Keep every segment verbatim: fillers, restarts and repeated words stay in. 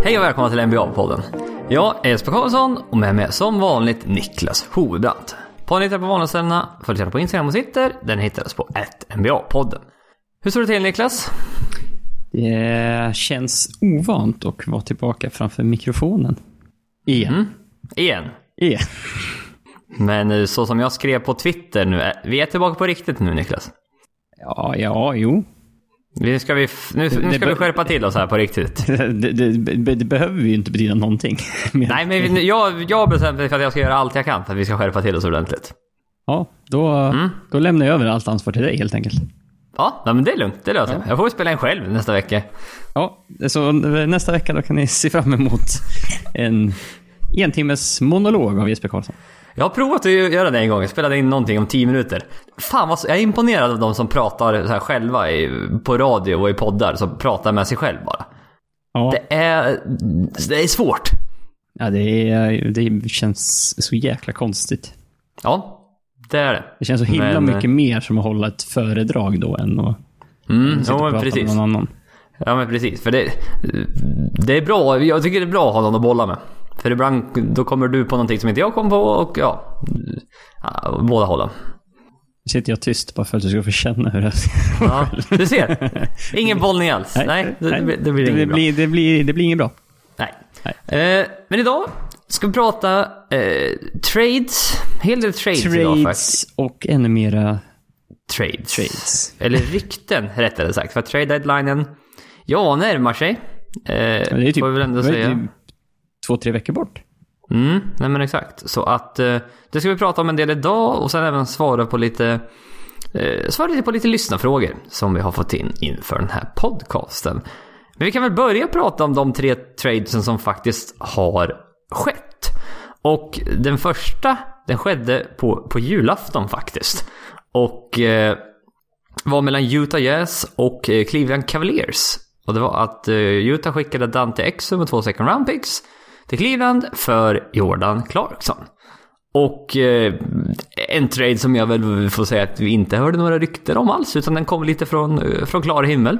Hej och välkomna till N B A-podden. Jag är Jesper Karlsson och med mig som vanligt Niklas Hovebrant. Podden hittar på vanliga ställena, följ gärna på Instagram och Twitter. Den hittas på ett N B A-podden. Hur står det till, Niklas? Det känns ovant att vara tillbaka framför mikrofonen. Igen. Mm. Igen. Igen. Men så som jag skrev på Twitter nu, vi är tillbaka på riktigt nu, Niklas. Ja, ja, jo. Vi ska vi, nu, nu ska vi skärpa till oss här på riktigt. Det, det, det, det behöver ju inte betyda någonting. Nej, men jag, jag bestämde mig för att jag ska göra allt jag kan för att vi ska skärpa till oss ordentligt. Ja, då, mm. då lämnar jag över allt ansvar till dig helt enkelt. Ja, men det är lugnt, det löser jag. Ja. Jag får spela en själv nästa vecka. Ja, så nästa vecka då kan ni se fram emot en en timmes monolog av Jesper Karlsson. Jag har provat att göra det en gång. Jag spelade in någonting om tio minuter. Fan, vad, jag är imponerad av de som pratar så här själva i, på radio och i poddar. Som pratar med sig själv bara. Ja. Det är det är svårt. Ja, det, är, det känns så jäkla konstigt. Ja, det är det. Det känns så himla men, mycket mer som att hålla ett föredrag då än att, mm, än att ja, men precis. med någon annan. Ja, men precis. För det, det är bra. Jag tycker det är bra att ha någon att bolla med. För ibland då kommer du på någonting som inte jag kom på och ja, ja båda hålla. Nu sitter jag tyst bara för att du ska få känna hur det är. Ja, du ser. Ingen bollning alls. Nej, nej, det, det, det blir det, blir, det, blir, det blir inget bra. Nej. nej. Eh, men idag ska vi prata eh, trades. Hel del trades, trades idag faktiskt. Och ännu mera trades. trades. Eller rykten, rättare sagt. För trade deadlinen, ja, närmar sig. Eh, det är typ, får vi väl ändå säga. Typ två, tre veckor bort. Mm, nej men exakt. Så att eh, det ska vi prata om en del idag och sen även svara på lite eh, svara lite på lite lyssnarfrågor som vi har fått in inför den här podcasten. Men vi kan väl börja prata om de tre tradesen som faktiskt har skett. Och den första, den skedde på, på julafton faktiskt. Och eh, var mellan Utah Jazz och eh, Cleveland Cavaliers. Och det var att eh, Utah skickade Dante Exum med två second round picks till Cleveland för Jordan Clarkson. Och eh, en trade som jag väl får säga att vi inte hörde några rykten om alls, utan den kom lite från, från klar himmel.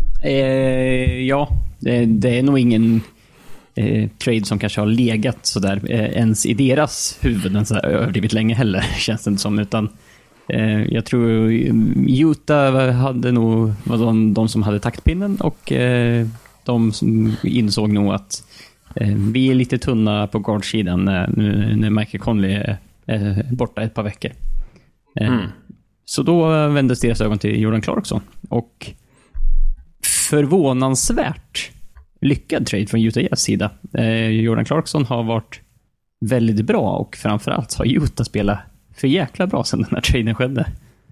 Eh, ja, det, det är nog ingen eh, trade som kanske har legat så där eh, ens i deras huvuden så här överdrivet länge heller, känns det inte som, utan eh, jag tror Utah hade nog var de, de som hade taktpinnen och eh, de som insåg nog att vi är lite tunna på guardsidan nu när Michael Conley är borta ett par veckor. Mm. Så då vändes deras ögon till Jordan Clarkson. Och förvånansvärt lyckad trade från Utah Jazz sida. Jordan Clarkson har varit väldigt bra och framförallt har Utah spelat för jäkla bra sedan den här traden skedde.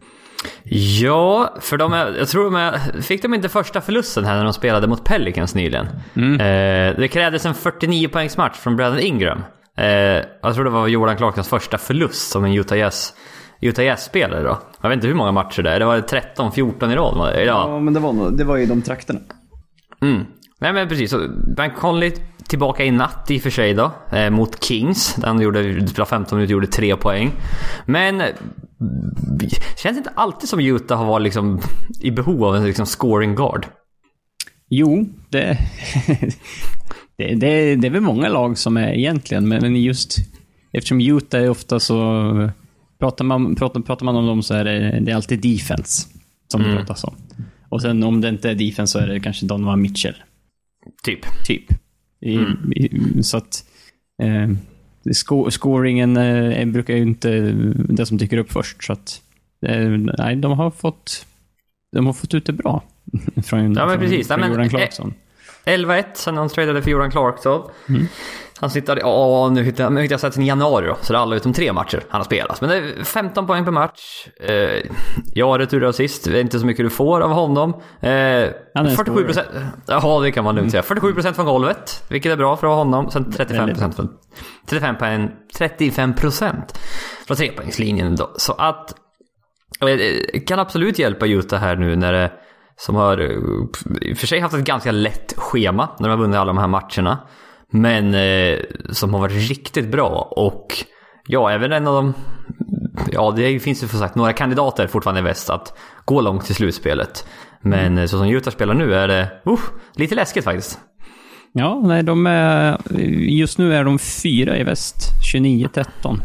Ja, för de är, jag tror de är, fick de inte första förlusten här när de spelade mot Pelicans nyligen. Mm. Eh, det krävdes en fyrtionio poängs match från Brandon Ingram. Eh, jag tror det var Jordan Clarksons första förlust som en Utah Jazz, Utah Jazz-spelare då. Jag vet inte hur många matcher det är. Det var tretton fjorton i rad. Ja, ja men det var, det var ju de trakterna. Mm. Nej men precis, så Ben Conley tillbaka i natt i och för sig då, eh, mot Kings. Den gjorde, femton minuter gjorde tre poäng. Men känns inte alltid som Utah har varit liksom i behov av en liksom scoring guard. Jo, det, det, det, det är väl många lag som är egentligen, men just eftersom Utah är ofta så pratar man, pratar, pratar man om dem så är det, det är alltid defense som mm. det pratas om. Och sen om det inte är defense så är det kanske Donovan Mitchell. Typ. Typ. I, mm. i, så att eh, sco- scoringen eh, brukar ju inte det som dyker upp först, så att eh, nej, de har fått de har fått ut det bra från, ja, men precis. från, från nej, Jordan Clarkson. elva ett sen han tradade för Jordan Clarkson. Mm. Han sitter, ja nu hittar jag, jag sett sen i januari då, så det är alla utom tre matcher han har spelat. Men det är femton poäng per match. Eh, ja, retur och assist, det är inte så mycket du får av honom. Eh, fyrtiosju procent. Ja, det kan man lugnt säga. fyrtiosju procent från golvet, vilket är bra för honom. Sen trettiofem procent från trettiofem poäng, trettiofem procent från trepoängslinjen då. Så att eh, kan absolut hjälpa Utah här nu när det som har i och för sig haft ett ganska lätt schema när de har vunnit alla de här matcherna. Men eh, som har varit riktigt bra. Och ja, även en av dem. Ja, det finns ju för sagt några kandidater fortfarande i väst att gå långt till slutspelet. Men mm. så som Utah spelar nu är det uh, lite läskigt faktiskt. Ja, nej, de är, just nu är de fyra i väst, tjugonio tretton.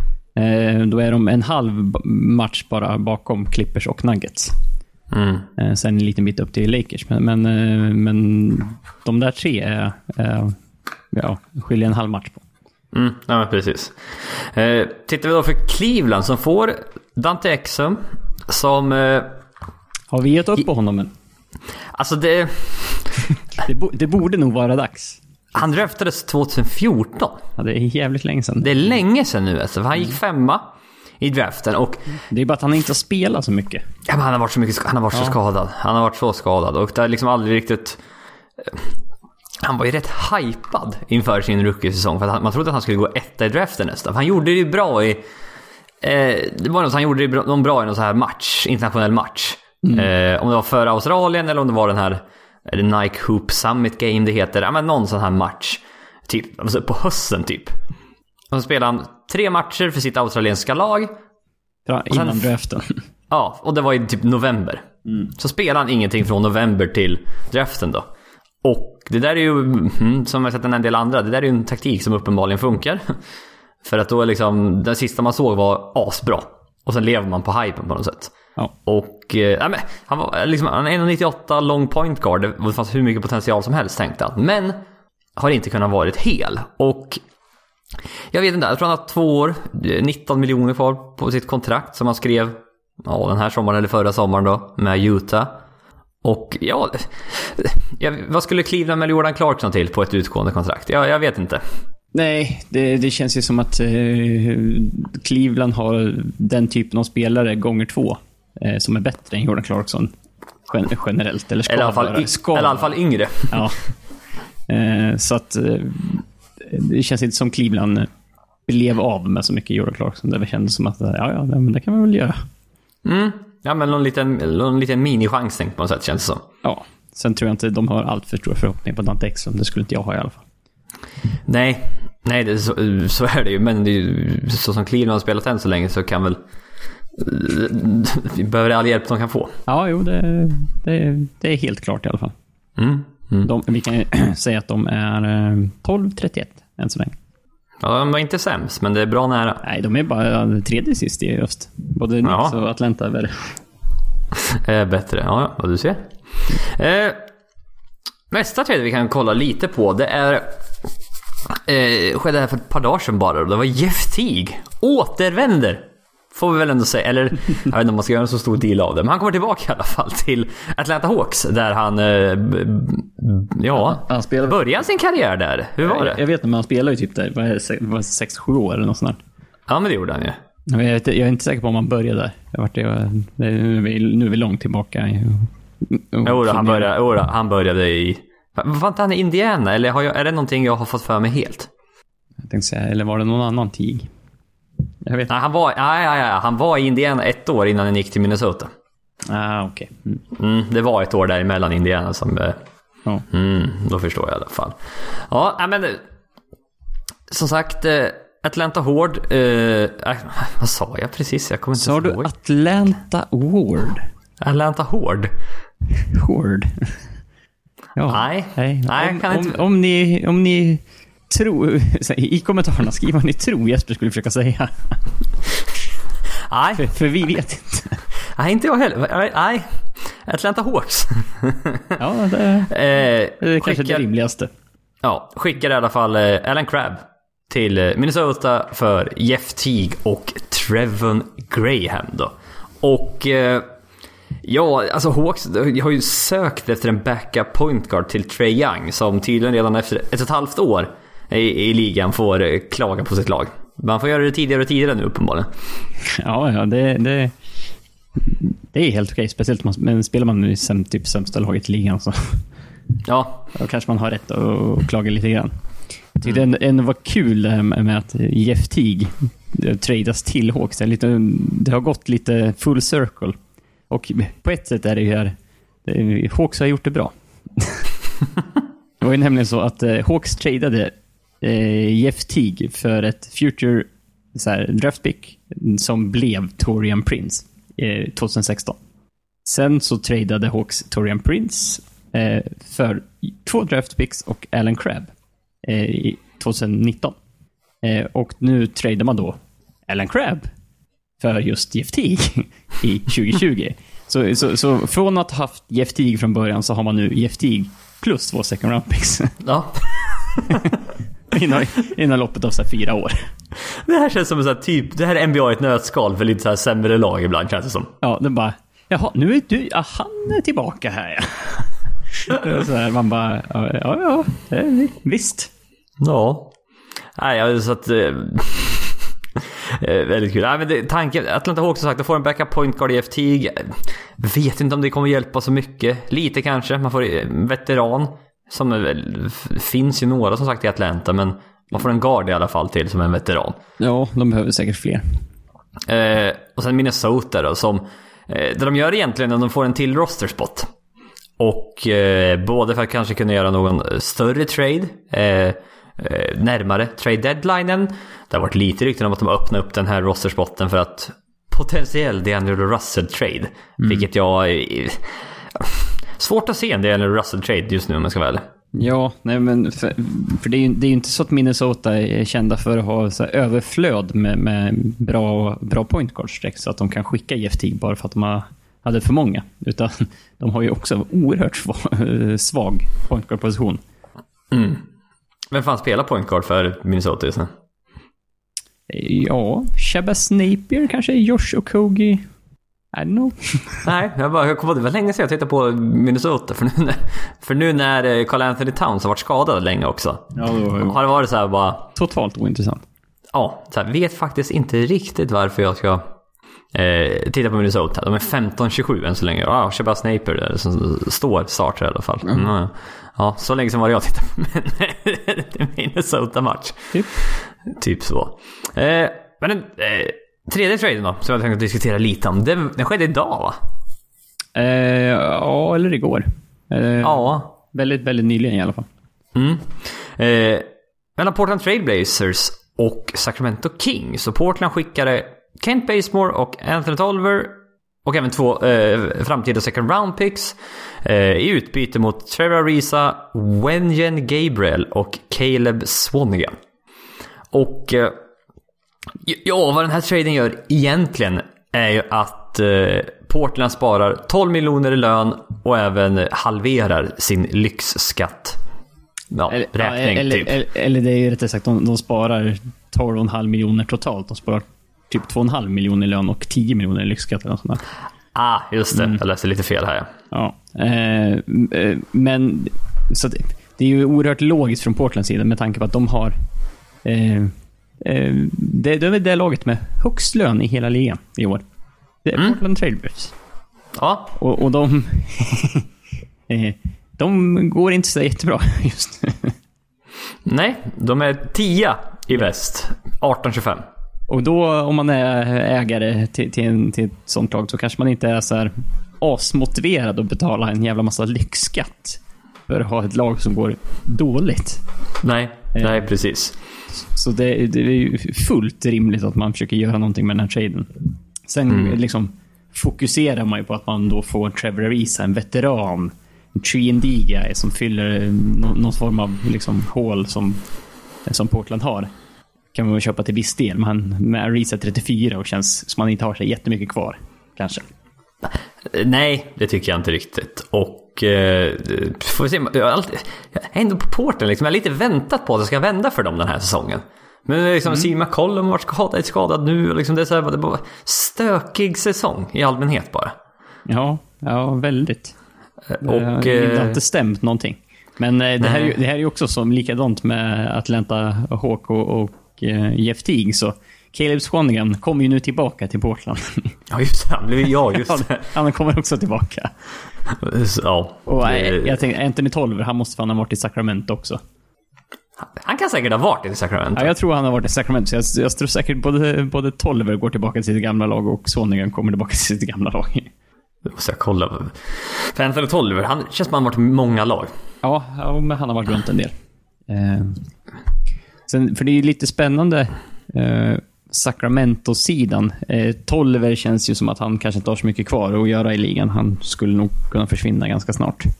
Eh, då är de en halv match bara bakom Clippers och Nuggets. Mm. Eh, sen en liten bit upp till Lakers. Men, men, eh, men de där tre är, är ja, skiljer en halv match på. Mm, ja, men precis. Eh, tittar vi då för Cleveland som får Dante Exum som... Eh, Har vi gett upp på honom än? Alltså det... det, bo, det borde nog vara dags. Han draftades tjugohundrafjorton. Ja, det är jävligt länge sedan. Det är länge sedan nu alltså. Han gick femma i draften och... Det är bara att han inte spelar så mycket. Ja, men han har varit så mycket han har varit ja. så skadad. Han har varit så skadad och det är liksom aldrig riktigt... Han var ju rätt hypad inför sin rookie-säsong för att man trodde att han skulle gå etta i draften nästan. För han gjorde det ju bra i... Eh, det var något han gjorde det bra, någon bra i någon så här match, internationell match. Mm. Eh, om det var för Australien eller om det var den här the Nike Hoop Summit Game det heter. Ja, men någon sån här match typ alltså på hösten typ. Och så spelade han tre matcher för sitt australienska lag. Ja, innan sen, draften. Ja, och det var i typ november. Mm. Så spelade han ingenting från november till draften då. Och det där är ju, som jag sett en del andra, det där är ju en taktik som uppenbarligen funkar. För att då liksom, den sista man såg var asbra. Och sen lever man på hypen på något sätt. Ja. Och äh, men, han var liksom han är en komma nittioåtta long point guard. Det fanns hur mycket potential som helst tänkte han. Men har inte kunnat varit hel. Och jag vet inte, jag tror han har två år, nitton miljoner kvar på sitt kontrakt som han skrev ja, den här sommaren eller förra sommaren då med Utah. Och ja, ja vad skulle Cleveland med Jordan Clarkson till på ett utgående kontrakt? Ja, jag vet inte. Nej, det, det känns ju som att eh, Cleveland har den typen av spelare gånger två eh, som är bättre än Jordan Clarkson gen- generellt. Eller, ska eller, i alla fall, ska eller i alla fall yngre. Ja. Eh, så att eh, det känns inte som Cleveland blev av med så mycket Jordan Clarkson. Det kändes som att ja, ja, men det kan man väl göra. Mm. Ja, men någon liten, någon liten mini-chansning på något sätt känns det som. Ja, sen tror jag inte de har allt för stor förhoppning på Dante Exum. Det skulle inte jag ha i alla fall. Nej, nej det, så, så är det ju. Men det är ju, så som Cleveland har spelat än så länge så kan väl vi behöver all hjälp de kan få. Ja, jo, det, det, det är helt klart i alla fall. Mm, mm. De, vi kan ju säga att de är tolv trettioett än så länge. Ja, de var inte sämst, men det är bra nära. Nej, de är bara tredje sist i öst. Både Knicks ja. och Atlanta är väl eh, bättre, ja, ja, vad du ser. Eh, nästa trade vi kan kolla lite på, det är eh, skedde här för ett par dagar sedan bara. Det var Jeff Teague återvänder, får vi väl ändå säga. Eller, jag vet inte om man ska göra en så stor deal av det, men han kommer tillbaka i alla fall till Atlanta Hawks, där han eh, b- b- ja, han spelar... började sin karriär där. Hur var det? Jag vet inte, men han spelar ju typ där, var sex sju år eller något sånt där. Ja, men det gjorde han ju. Jag är, inte, jag är inte säker på om han började där. Jag var det, nu, är vi, nu är vi långt tillbaka. Jo, han började, jo, han började i... Var inte han i Indiana? Eller har jag, är det någonting jag har fått för mig helt? Jag tänkte säga, eller var det någon annan Teague? Jag vet. Nej, han var, ja, ja, ja, han var i Indiana ett år innan han gick till Minnesota. Ah, okej. Okay. Mm. Mm, det var ett år där emellan Indiana som... Ja. Mm, då förstår jag i alla fall. Ja, men... Som sagt... Atlanta Horde, eh, vad sa jag precis? Jag kommer inte sa ihåg. Du Atlanta Ward? Atlanta Horde. Horde. Ja. Nej, nej, nej om, kan om, inte. Om ni, om ni tror, i kommentarerna skriv vad ni tror Jesper skulle försöka säga. Nej. För, för vi vet inte. Nej, inte jag heller. Nej, Atlanta Hawks. Ja, det, eh, det är kanske skickar, det rimligaste. Ja, skickar i alla fall eh, Alan Crabb till Minnesota för Jeff Teague och Trevon Graham då. Och eh, ja, alltså Hawks har ju sökt efter en backup point guard till Trae Young, som tydligen redan efter ett och ett halvt år i, i ligan får eh, klaga på sitt lag. Man får göra det tidigare och tidigare nu uppenbarligen. Ja, ja, det, det, det är helt okej, speciellt man, men spelar man nu i typ sämsta laget i ligan så ja, då kanske man har rätt att klaga lite grann. Jag tyckte mm. ändå var kul med att Jeff Teague tradas till Hawks. Lite, det har gått lite full circle. Och på ett sätt är det ju här, Hawks har gjort det bra. Det var ju nämligen så att Hawks tradade Jeff Teague för ett future så här, draft pick som blev Taurean Prince tjugohundrasexton. Sen så tradade Hawks Taurean Prince eh, för två draft picks och Alan Crabb eh, i tjugonitton. Eh, och nu tradar man då Alan Crabb för just Jeff Teague i tjugo-tjugo. så, så, så från att ha haft Jeff Teague från början så har man nu Jeff Teague plus två second round picks. Ja. innan, innan loppet av så här fyra år. Det här känns som en sån här typ, det här är N B A i ett nötskal för lite så här sämre lag ibland, känns det som. Ja, det bara, jaha, nu är du, ja, han är tillbaka här. Ja. Så här, man bara, ja, ja, ja visst. Ja. Nej, jag så att eh, väldigt kul. Nej, men det, tanken, Atlanta Hawks har sagt att får en backup point guard i F T. Vet inte om det kommer hjälpa så mycket. Lite kanske. Man får en veteran som väl, finns ju några som sagt i Atlanta, men man får en guard i alla fall till som en veteran. Ja, de behöver säkert fler. Eh, och sen Minnesota då, som eh, det de gör egentligen är de får en till roster spot. Och eh, både för att kanske kunna göra någon större trade eh, eh, närmare trade deadlinen. Det har varit lite rykten om att de öppnar upp den här roster spotten för att potentiell DeAndre Russell trade, mm. vilket jag eh, svårt att se en DeAndre Russell trade just nu om man ska väl. Ja, nej men för, för det är ju det är inte så att Minnesota är kända för att ha så här överflöd med, med bra, bra point guard streck så att de kan skicka Jeff Teague bara för att de har, hade för många, utan de har ju också oerhört svag, svag point guard position. Mm. Vem fan spelar point guard för Minnesota just nu? Ja, Shabazz Napier kanske, Josh Okogie. I don't know. Nej, jag bara jag kommer det var länge sedan jag tittade på Minnesota för nu när, för nu när Karl Anthony Towns har varit skadad länge också. Ja, då, har det varit så här bara totalt ointressant. Ja, så här, vet faktiskt inte riktigt varför jag ska eh, titta på Minnesota. De är femton tjugosju än så länge. Ja, ah, Shabazz Napier där som står startar i alla fall. Mm. Mm. Ja, så länge som var jag tittade på Minnesota-match. Typ. Typ så. Eh, men den eh, tredje traden då, som jag tänkte diskutera lite om, den, den skedde idag va? Eh, ja, eller igår. Eh, ja. Väldigt, väldigt nyligen i alla fall. Mm. Eh, mellan Portland Trail Blazers och Sacramento Kings. Så Portland skickade Kent Bazemore och Anthony Tolliver och även två eh, framtida second round picks eh, i utbyte mot Trevor Ariza, Wenyen Gabriel och Caleb Swanigan. Och eh, ja, vad den här traden gör egentligen är ju att eh, Portland sparar tolv miljoner i lön och även halverar sin lyxskatt. Ja, eller, räkning, eller, typ. eller, eller det är ju rättare sagt, de, de sparar tolv komma fem miljoner totalt. De sparar typ två komma fem miljoner i lön och tio miljoner i lyxskatt eller något sånt där. Ah, just det. Mm. Jag läste lite fel här. Ja, eh, men så det, det är ju oerhört logiskt från Portlands sida med tanke på att de har eh, eh, det, det är det laget med högst lön i hela ligan i år. Det är mm. Portland Trail Blazers. Ja. Och, och de eh, de går inte så jättebra just nu. Nej, de är tio i väst. arton tjugofem. Och då, om man är ägare till, till, en, till ett sånt lag, så kanske man inte är så här asmotiverad att betala en jävla massa lyxskatt för att ha ett lag som går dåligt. Nej, nej precis. Så det, det är ju fullt rimligt att man försöker göra någonting med den här traden. Sen mm. liksom fokuserar man ju på att man då får Trevor Ariza, en veteran, en tre and D guy som fyller någon, någon form av liksom hål som, som Portland har. Kan man väl köpa till viss del, men med Ariza trettiofyra och känns som man inte har så jättemycket kvar, kanske. Nej, det tycker jag inte riktigt. Och eh, får vi se, jag är, alltid, jag är ändå på Portland liksom. Jag har lite väntat på att det ska vända för dem den här säsongen. Men liksom mm. Steve McCollum har varit skadad, skadad nu och liksom det är så här, det är bara stökig säsong i allmänhet bara. Ja, ja väldigt. Och det har inte stämt någonting. Men eh, det, här är ju, det här är ju också som likadant med Atlanta Hawk och, och eh, Jeff Teague, så Caleb Swanigan kommer ju nu tillbaka till Portland. Ja just det, han blev ja just det. Han kommer också tillbaka. Ja. Och det... jag tänkte Anthony Tolliver, han måste fan ha varit i Sacramento också. Han kan säkert ha varit i Sacramento. Ja, jag tror han har varit i Sacramento. Så jag, jag tror säkert både, både Tolliver går tillbaka till sitt gamla lag och Swanigan kommer tillbaka till sitt gamla lag. Det måste jag kolla. För Anthony Tolliver, han känns som han har varit i många lag. Ja, ja, men han har varit runt en del. Eh, sen, för det är ju lite spännande eh, Sacramento-sidan. Eh, Tolliver känns ju som att han kanske inte har så mycket kvar att göra i ligan. Han skulle nog kunna försvinna ganska snart.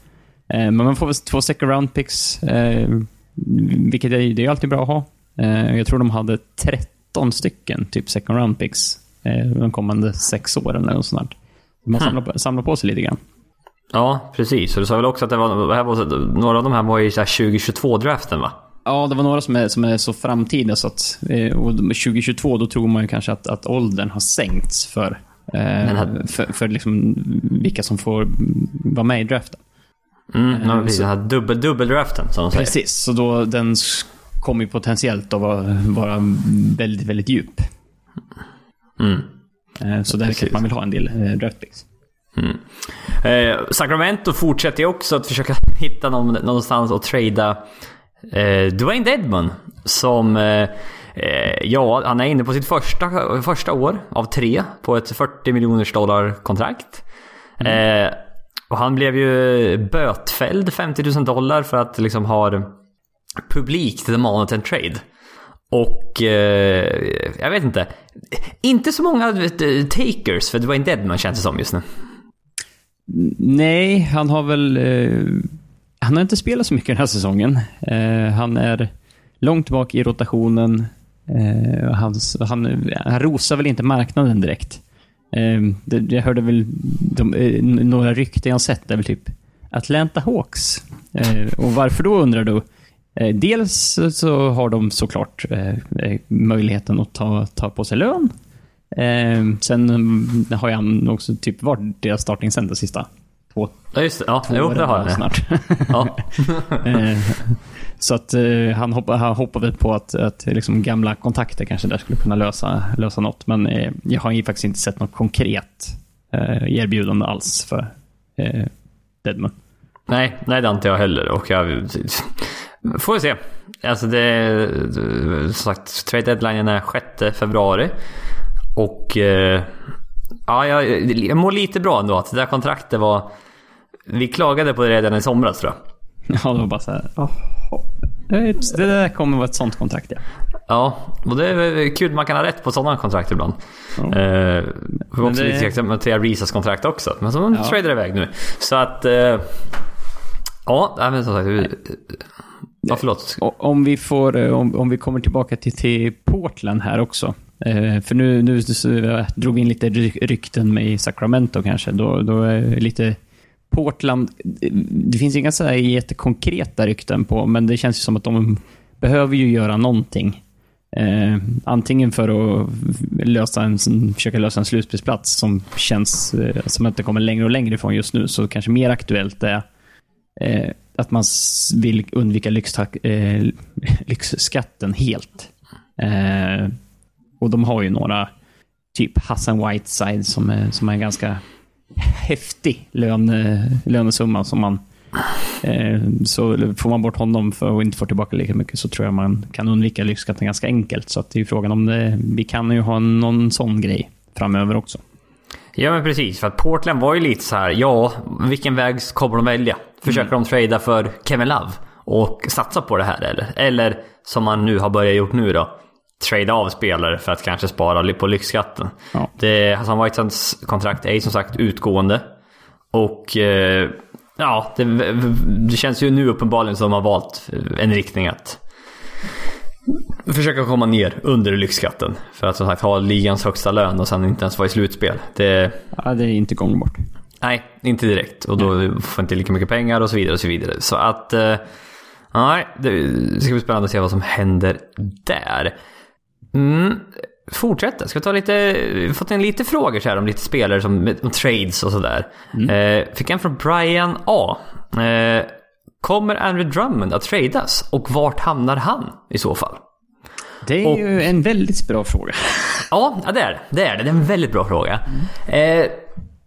Eh, men man får väl två second round picks, eh, vilket är, det är alltid bra att ha. Eh, jag tror de hade tretton stycken typ second round picks eh, de kommande sex åren eller något sånt. Man samlar på, samlar på sig lite grann. Ja, precis. Så du sa väl också att det var, här var några av de här var i så här tjugo tjugotvå-draften, va? Ja, det var några som är, som är så framtida så att och tjugo tjugotvå då tror man ju kanske att, att åldern har sänkts för, eh, här... för, för liksom vilka som får vara med i draften. Mm, no, precis, den här dubbel, dubbeldraften som de säger. Precis, så då den kommer ju potentiellt att vara, vara väldigt, väldigt djup. Mm. Eh, så där kanske man vill ha en del eh, draftpicks. Mm. Eh, Sacramento fortsätter ju också att försöka hitta någon, någonstans att trada eh, Dwayne Dedmon som eh, ja, han är inne på sitt första, första år av tre på ett fyrtio miljoners dollar kontrakt. Mm. Eh, och han blev ju bötfälld femtio tusen dollar för att liksom ha publikt demandat en trade. Och eh, jag vet inte, inte så många vet, takers för Dwayne Dedmon känns det som just nu. Nej, han har väl eh, han har inte spelat så mycket den här säsongen. Eh, han är långt bak i rotationen. Eh, han, han, han rosar väl inte marknaden direkt. Eh, det, jag hörde väl de, eh, några rykten jag sett, det är väl typ Atlanta Hawks. Eh, och varför då undrar du? Eh, dels så har de såklart eh, möjligheten att ta, ta på sig lön. Eh, sen har jag också typ varit deras starting center sista två, ja, just det. Ja, två jo, det har jag snart. Ja. eh, så att eh, han, hoppar, han hoppade på att, att liksom gamla kontakter kanske där skulle kunna lösa, lösa något. Men eh, jag har ju faktiskt inte sett något konkret eh, erbjudande alls för eh, Dedmon. Nej, nej, det har inte jag heller. Och jag får vi se. Alltså det, som sagt, trade deadline är sjätte februari. Och eh, ja, jag, jag mår lite bra ändå att det där kontraktet var, vi klagade på det redan i somras, tror jag. Ja, det var bara så här, oh, det där kommer vara ett sånt kontrakt, ja. Ja, och det är kul, man kan ha rätt på sådana kontrakt ibland. Ja. Eh, det var också det... lite exakt med Thea Risas kontrakt också. Men så man ja. tradar iväg nu. Så att eh, ja, men som sagt vi, ja, förlåt. Om vi får om, om vi kommer tillbaka till, till Portland här också. Eh, för nu, nu så, jag drog vi in lite rykten med Sacramento kanske. Då, då är lite Portland, det finns inga så här jättekonkreta rykten på, men det känns ju som att de behöver ju göra någonting. Eh, antingen för att lösa en, försöka lösa en slutspelsplats som känns eh, som att det kommer längre och längre ifrån just nu, så kanske mer aktuellt är eh, att man vill undvika lyxtak, eh, lyxskatten helt. Eh, och de har ju några typ Hassan Whiteside som är, som är en ganska häftig lön, lönesumma som man eh, så får man bort honom för att inte få tillbaka lika mycket, så tror jag man kan undvika lyxskatten ganska enkelt. Så att det är frågan om det, vi kan ju ha någon sån grej framöver också. Ja, men precis, för att Portland var ju lite så här, ja, vilken väg kommer de välja? Försöker mm. de trada för Kevin Love och satsa på det här, eller? Eller som man nu har börjat gjort nu då, trade av spelare för att kanske spara på lyxskatten. Ja. Det, Hassan Whitesides kontrakt är som sagt utgående. Och eh, ja, det, det känns ju nu uppenbarligen som man har valt en riktning att försöka komma ner under lyxskatten. För att som sagt ha ligans högsta lön och sen inte ens vara i slutspel. Det, ja, det är inte gångbart. Nej, inte direkt. Och då mm. får inte lika mycket pengar och så vidare och så vidare. Så att eh, nej, det ska bli spännande att se vad som händer där. Mm, fortsätta. Ska vi ta lite, fått en lite frågor så här om lite spelare som om trades och sådär. Mm. Eh, fick en från Brian A. Eh, kommer Andre Drummond att tradas och vart hamnar han i så fall? Det är och, ju en väldigt bra fråga. Ja, det är det. Det är det. Det är en väldigt bra fråga. Mm. Eh,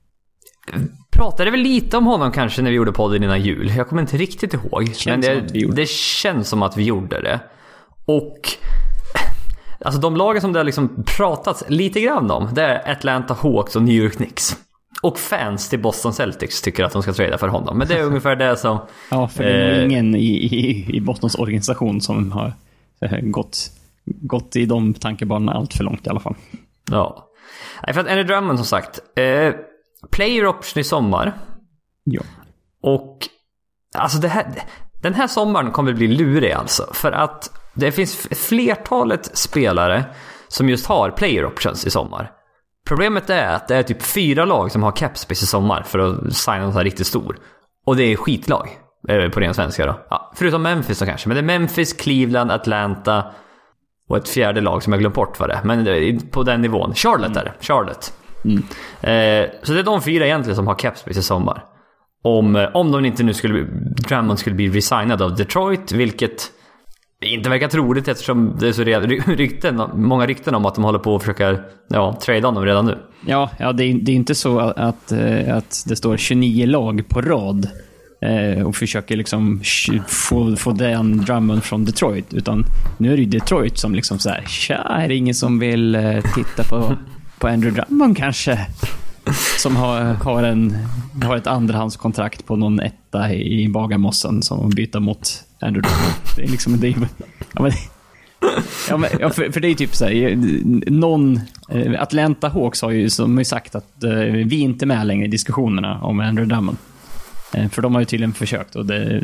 pratade väl lite om honom kanske när vi gjorde podden innan jul. Jag kommer inte riktigt ihåg. Men det, det känns som att vi gjorde det. Och alltså de lagen som det har liksom pratats lite grann om, det är Atlanta Hawks och New York Knicks. Och fans till Boston Celtics tycker att de ska trada för honom. Men det är ungefär det som... Ja, för det är eh, ingen i, i, i Bostons organisation som har eh, gått, gått i de tankebanorna allt för långt i alla fall. Ja. För att Andre Drummond som sagt, eh, player option i sommar. Ja. Och alltså det här, den här sommaren kommer bli lurig alltså. För att det finns flertalet spelare som just har player options i sommar. Problemet är att det är typ fyra lag som har cap space i sommar för att signa något riktigt stor. Och det är skitlag på ren svenska då. Ja, förutom Memphis då kanske. Men det är Memphis, Cleveland, Atlanta och ett fjärde lag som jag glömt bort vad det är. Men på den nivån. Charlotte är det. Charlotte. Mm. Eh, så det är de fyra egentligen som har cap space i sommar. Om, om de inte nu skulle Drummond skulle bli resignad av Detroit, vilket inte verkar troligt eftersom det är så redan, rykten, många rykten om att de håller på att försöka ja, trade honom redan nu. Ja, ja det, är, det är inte så att, att det står tjugonio lag på rad eh, och försöker liksom få, få den Drummond från Detroit, utan nu är det ju Detroit som liksom så här, tja, är det ingen som vill eh, titta på, på Andrew Drummond kanske? Som har, har, en, har ett andrahandskontrakt på någon etta i Bagarmossen som byter mot Andrew Drummond. Det är liksom det är, ja, men, ja, men, ja, för, för det är typ så här, någon Atlanta Hawks har ju som har sagt att uh, vi är inte med längre i diskussionerna om Andrew Drummond. Uh, för de har ju tydligen försökt och det,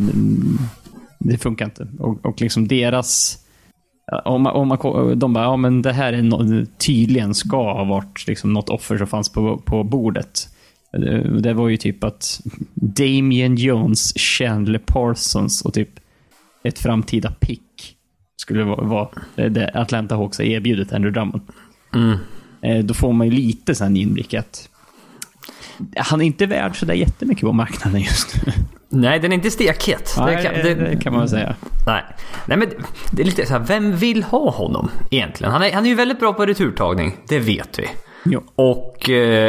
det funkar inte. Och, och liksom deras om man, om man, de bara, ja men det här är no, tydligen ska ha varit liksom något offer som fanns på, på bordet. Det, det var ju typ att Damian Jones, Chandler Parsons och typ ett framtida pick skulle vara, vara det Atlanta Hawks har erbjudit Andrew Drummond. Mm. Då får man ju lite sen inblick att han är inte värd så där jättemycket på marknaden just nu. Nej, den är inte stekhet. Nej, det, kan, det, det kan man väl säga. Nej, nej men det är lite så här, vem vill ha honom egentligen? Han är, han är ju väldigt bra på returtagning, det vet vi. Jo. Och eh,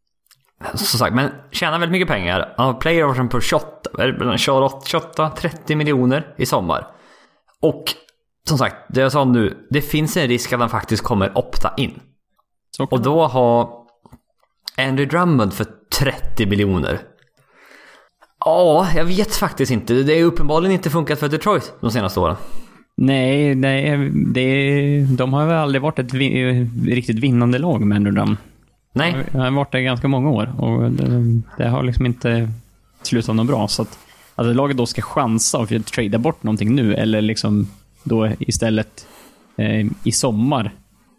som sagt, men tjänar väldigt mycket pengar. Han har player option på tjugoåtta trettio miljoner i sommar. Och som sagt, det jag sa nu, det finns en risk att han faktiskt kommer opta in. Så och då har Andrew Drummond för trettio miljoner. Ja, jag vet faktiskt inte. Det är uppenbarligen inte funkat för Detroit de senaste åren. Nej, nej det, de har väl aldrig varit ett vi, riktigt vinnande lag med Andrew Drummond. Nej. De har varit där ganska många år och det, det har liksom inte slutat något bra. Så att, att laget då ska chansa och försöka trada bort någonting nu eller liksom då istället eh, i sommar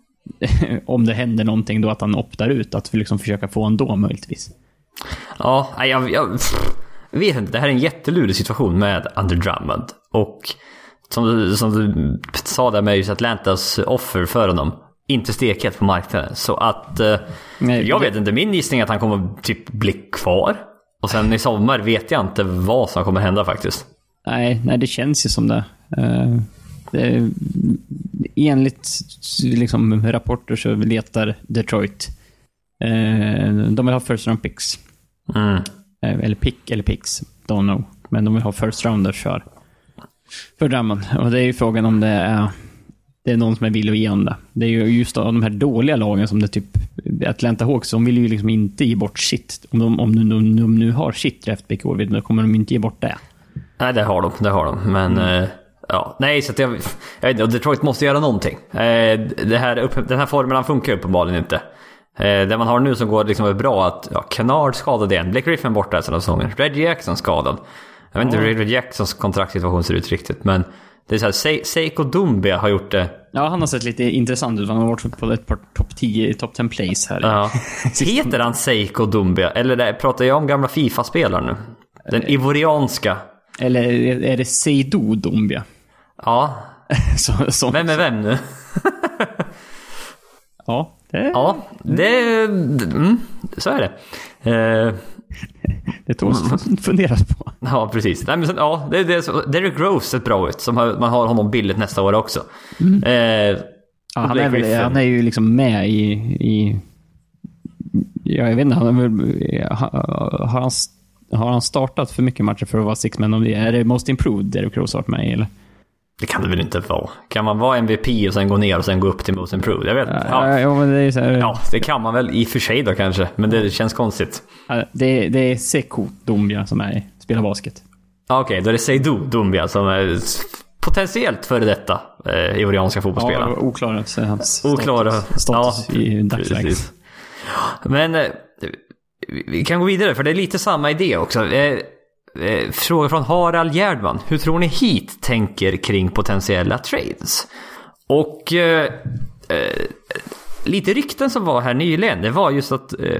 om det händer någonting då att han optar ut, att liksom försöka få en då möjligtvis. Ja, jag, jag vet inte, det här är en jättelurig situation med Andrew Drummond. Och som du, som du sa där med just Atlantas offer för honom, inte stekhet på marknaden. Så att eh, nej, jag vet inte, min gissning är att han kommer typ bli kvar. Och sen i sommar vet jag inte vad som kommer hända faktiskt. Nej, nej det känns ju som det. Uh, det enligt liksom, rapporter så letar Detroit. Uh, de vill ha first round picks. Mm. Uh, eller pick eller picks, don't know. Men de vill ha first rounders för för Drummond. Och det är ju frågan om det är det är någon som är villig att ge om det. Det är ju just av de här dåliga lagen som det typ Atlanta Hawks, som vill ju liksom inte ge bort shit. Om de, om de, de, de nu har shit draftpick år, då kommer de inte ge bort det. Nej, det har de, det har de. Men mm. eh, ja, nej, så att jag, jag vet inte, och Detroit måste göra någonting. Eh, det här, upp, den här formen funkar uppenbarligen inte. Eh, det man har nu som går liksom bra att ja, Kennard skadad igen, Blake Griffin borta resten av säsongen, Reggie Jackson skadad. Jag vet inte hur Reggie Jacksons kontraktsituation ser ut riktigt, men det är så här, Se- Seiko Doumbia har gjort det. Ja, han har sett lite intressant ut. Han har varit på ett par topp tio, topp tio place här. Ja. Heter han Seiko Doumbia? Eller det, pratar jag om gamla FIFA-spelare nu? Den ivorianska. Eller är det Seydou Doumbia? Ja. så, så, vem är vem nu? ja, det... Ja, det... Mm, så är det. Eh... Det tog att funderas på. Ja, precis. Nej, men sen, ja, det, det, Derrick Rose är bra ut. Som har, man har honom billigt nästa år också. Mm. Eh, ja, han, är väl, han är ju liksom med i... i ja, jag vet inte. Han är väl, har, han, har han startat för mycket matcher för att vara six man of the year? Är det most improved Derrick Rose har varit med i, eller? Det kan det väl inte vara. Kan man vara M V P och sen gå ner och sen gå upp till most improved? Jag vet inte. Ja, ja, ja, men det är så här... ja, det kan man väl i och för sig då kanske. Men det känns konstigt. Ja, det, det är Sekou Doumbia som är, spelar basket. Ja, okej. Okay, då är det Seydou Doumbia som är potentiellt före detta eh, ivorianska fotbollsspelare. Ja, oklara. Hans oklara status, status ja, i dagsläget. Men eh, vi kan gå vidare, för det är lite samma idé också. Eh, eh, fråga från Harald Gärdman. Hur tror ni Heat tänker kring potentiella trades? Och eh, eh, lite rykten som var här nyligen, det var just att eh,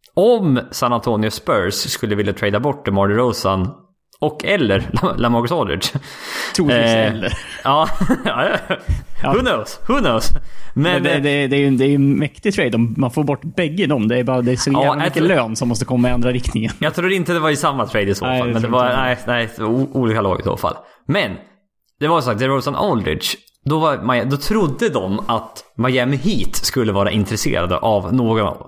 om San Antonio Spurs skulle vilja trada bort DeMar DeRozan och eller LaMarcus Aldridge. Troligtvis eh, eller. Ja, ja, ja. Who knows? Who knows? Men, Men det, det, det är ju en, det är ju en mäktig trade om man får bort bägge dem. Det är bara det är så jävla ja, mycket tror, lön som måste komma i andra riktningen. Jag tror inte det var i samma trade i så fall. Nej, men det var nej, nej, olika lag i så fall. Men det var så att DeRozan Aldridge, då, var, då trodde de att Miami Heat skulle vara intresserade av någon av dem.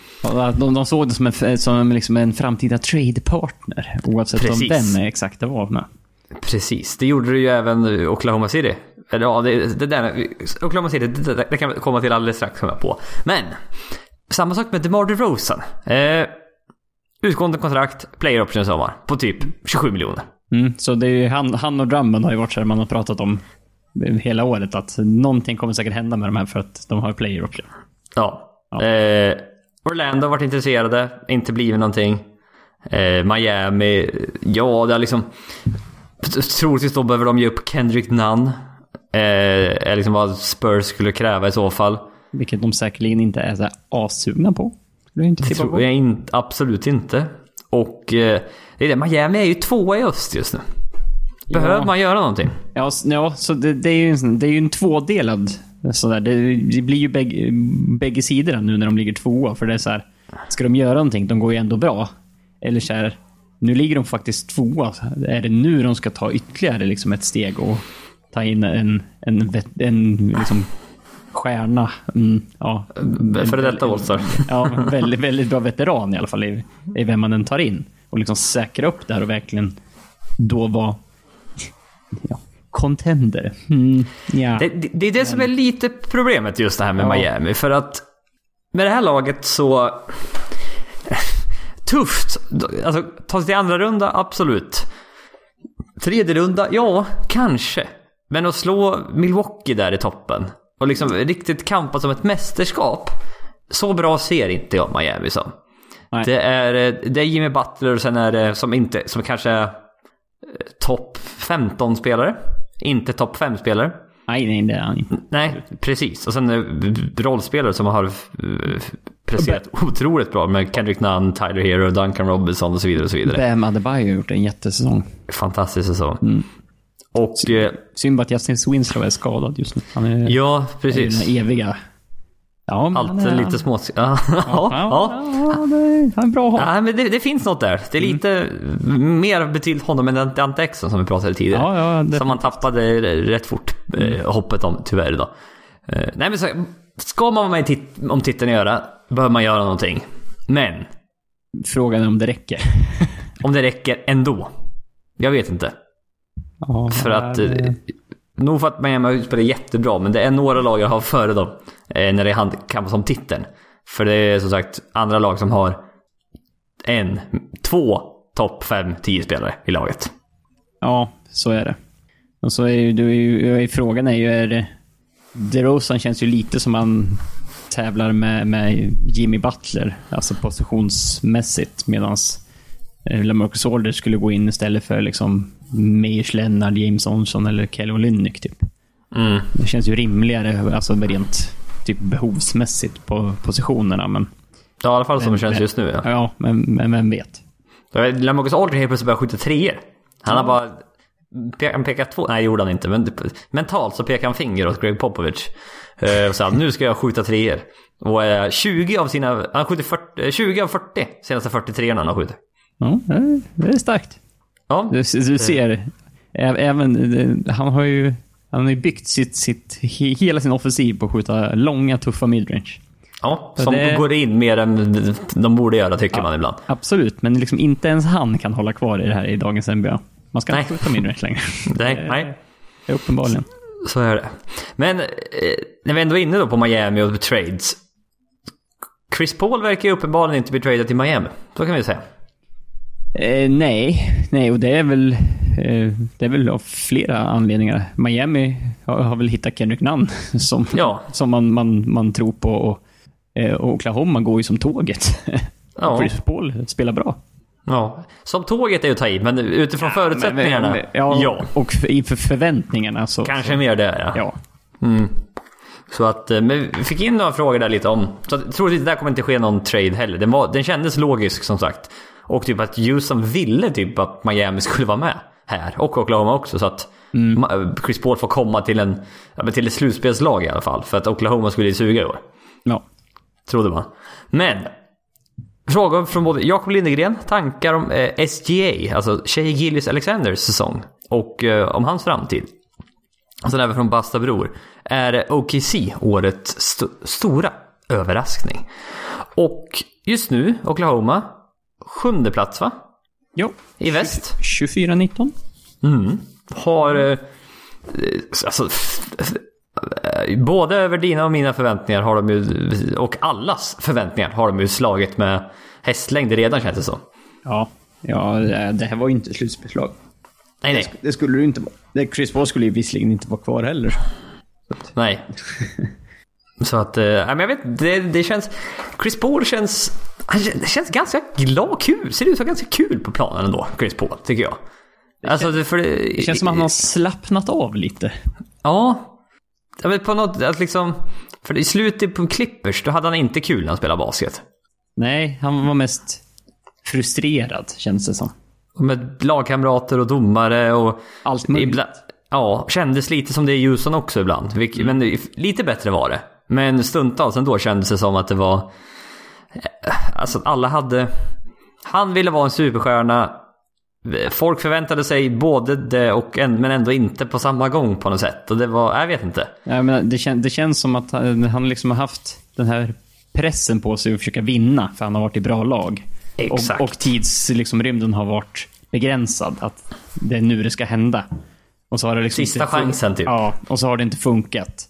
De, de såg det som en, som liksom en framtida trade-partner, oavsett om vem exakt det var med. Precis, det gjorde det ju även Oklahoma City. Eller ja, det, det där, Oklahoma City, det, det, det kan komma till alldeles strax komma på. Men, samma sak med DeMar DeRozan. Eh, utgående kontrakt, player option sommar, på typ tjugosju miljoner. Mm, så det är ju, han, han och Drummond har ju varit så här, man har pratat om hela året att någonting kommer säkert hända med de här för att de har player option. Ja, ja. Eh, Orlando har varit intresserade, inte blivit någonting. Eh, Miami, ja, det är liksom troligtvis då behöver de ge upp Kendrick Nunn. Eh, är liksom vad Spurs skulle kräva i så fall. Vilket de säkerligen inte är så här assugna på. Det, inte det tror jag in, absolut inte. Och eh, det är det, Miami är ju tvåa i öst just nu. Behöver ja. man göra någonting? Ja, ja så det, det är ju en, det är ju en tvådelad sådär. Det, det blir ju bägge, bägge sidor nu när de ligger tvåa. För det är så här, ska de göra någonting? De går ju ändå bra. Eller så här, nu ligger de faktiskt tvåa. Är det nu de ska ta ytterligare liksom ett steg och ta in en, en, en, en liksom stjärna? Mm, ja, för detta All-Star. Ja, väldigt, väldigt bra veteran i alla fall i, i vem man den tar in. Och liksom säkra upp det här och verkligen då vara ja, contender. Mm, ja. det, det, det är det som är lite problemet just det här med ja. Miami. För att med det här laget så tufft. Alltså ta sig till andra runda, absolut. Tredje runda, ja, kanske. Men att slå Milwaukee där i toppen och liksom riktigt kampa som ett mästerskap, så bra ser inte jag Miami som. Nej. Det är det är Jimmy Butler och sen är det som inte som kanske är topp femton spelare, inte topp fem spelare. Nej, nej, det är han inte. Nej, precis. Och sen är rollspelare som har presterat otroligt bra med Kendrick Nunn, Tyler Hero, Duncan Robinson och så vidare och så vidare. Bam Adebayo har gjort en jättesäsong. Fantastisk säsong. Mm. Och synd att Justin Winslow är skadad just nu. Han är, ja, precis. Är den eviga. Ja, allt är lite små. Ja, ja, ja, ja. ja det, han är bra. Ja, men det, det finns något där. Det är lite mm. mer betydligt honom än Dante Exxon som vi pratade tidigare. Ja, ja, som man tappade rätt fort mm. eh, hoppet om tyvärr då. Eh, nej men så ska man vara med tit- om titeln göra, behöver man göra någonting. Men frågan är om det räcker. Om det räcker ändå. Jag vet inte. Ja, för att det... nog för att Miami spelar jättebra, men det är några lag jag har före dem eh, när det är handkamp som titeln. För det är som sagt andra lag som har en, två topp fem, tio spelare i laget. Ja, så är det. Och så är ju, du, är ju frågan är ju är det, DeRozan känns ju lite som man tävlar med, med Jimmy Butler, alltså positionsmässigt, medans eh, LaMarcus Aldridge skulle gå in istället för liksom Meyers Leonard, James Johnson eller Kelly Olynyk typ. Mm. Det känns ju rimligare, alltså rent typ behovsmässigt på positionerna, men ja, i alla fall som det känns men, just nu. Ja, ja men, men vem vet. LaMarcus Aldridge helt plötsligt började skjuta treor. Han ja. har bara pe- han pekat två, nej gjorde han inte, men mentalt så pekar han finger åt Greg Popovich uh, och sa nu ska jag skjuta treor. Och uh, tjugo av sina han skjuter fyrtio, tjugo av fyrtio senaste fyrtiotre han har skjutit. Ja, det är starkt. Ja. Du, du ser även han har ju han har ju byggt sitt, sitt hela sin offensiv på att skjuta långa tuffa midrange. Ja, som det... går in mer än de borde göra tycker ja, man ibland. Absolut, men liksom inte ens han kan hålla kvar i det här i dagens N B A. Man ska nej. inte skjuta midrange längre. Nej, det, nej. Det är uppenbarligen. Så är det. Men eh, när vi ändå är inne då på Miami och trades. Chris Paul verkar ju uppenbarligen inte bli tradad till Miami. Så kan vi säga. Eh, nej, nej och det är väl eh, det är väl av flera anledningar. Miami har, har väl hittat Kendrick Nunn som, ja. som man, man, man tror på och, eh, och Oklahoma går ju som tåget. Ja. Chris Paul spelar bra. Ja, som tåget är att ta i, men utifrån ja, förutsättningarna. Men, ja, ja, och inför förväntningarna så. Kanske så. mer det, ja. Ja. Mm. Så att, men vi fick in några frågor där lite om. Så jag tror att det där kommer inte ske någon trade heller. Den, var, den kändes logisk som sagt. Och typ att Houston ville typ att Miami skulle vara med här. Och Oklahoma också. Så att mm. Chris Paul får komma till en till ett slutspelslag i alla fall. För att Oklahoma skulle suga i år. Ja. Trodde man. Men frågor från både Jakob Lindegren. Tankar om eh, S G A. Alltså Shai Gilgeous-Alexanders säsong. Och eh, om hans framtid. Och sen även från Basta Bror. Är O K C årets st- stora överraskning. Och just nu Oklahoma sjunde plats, va? Jo. I väst. tjugofyra nitton. Mm. Har eh, alltså eh, både över dina och mina förväntningar har de ju, och allas förväntningar har de ju slagit med hästlängd redan, känns det så. Ja. Ja, det här var ju inte slutspelslag. Nej, nej. Det skulle ju inte vara. Chris Paul skulle ju visserligen inte vara kvar heller. Nej. Så att, äh, men jag vet, det, det känns... Chris Paul känns... Han det känns ganska glad, kul. Ser ut som ganska kul på planen ändå, Chris Paul, tycker jag. Det, alltså, känns, det, för det, det känns som att han har slappnat av lite. Ja. Jag vet på något, att liksom... För i slutet på Clippers, då hade han inte kul när han spelade basket. Nej, han var mest frustrerad, känns det som. Med lagkamrater och domare och... Allt möjligt. Ibland, ja, kändes lite som det i Houston också ibland. Vilket, mm. Men lite bättre var det. Men stundtals ändå kändes det som att det var... Alltså alla hade... Han ville vara en superstjärna. Folk förväntade sig både det och en, men ändå inte på samma gång på något sätt. Och det var... Jag vet inte. Ja, men det, kän, det känns som att han liksom har haft den här pressen på sig att försöka vinna. För han har varit i bra lag. Exakt. Och, och tidsrymden liksom, har varit begränsad. Att det är nu det ska hända. Och så har det liksom Sista chansen typ. Ja, och så har det inte funkat.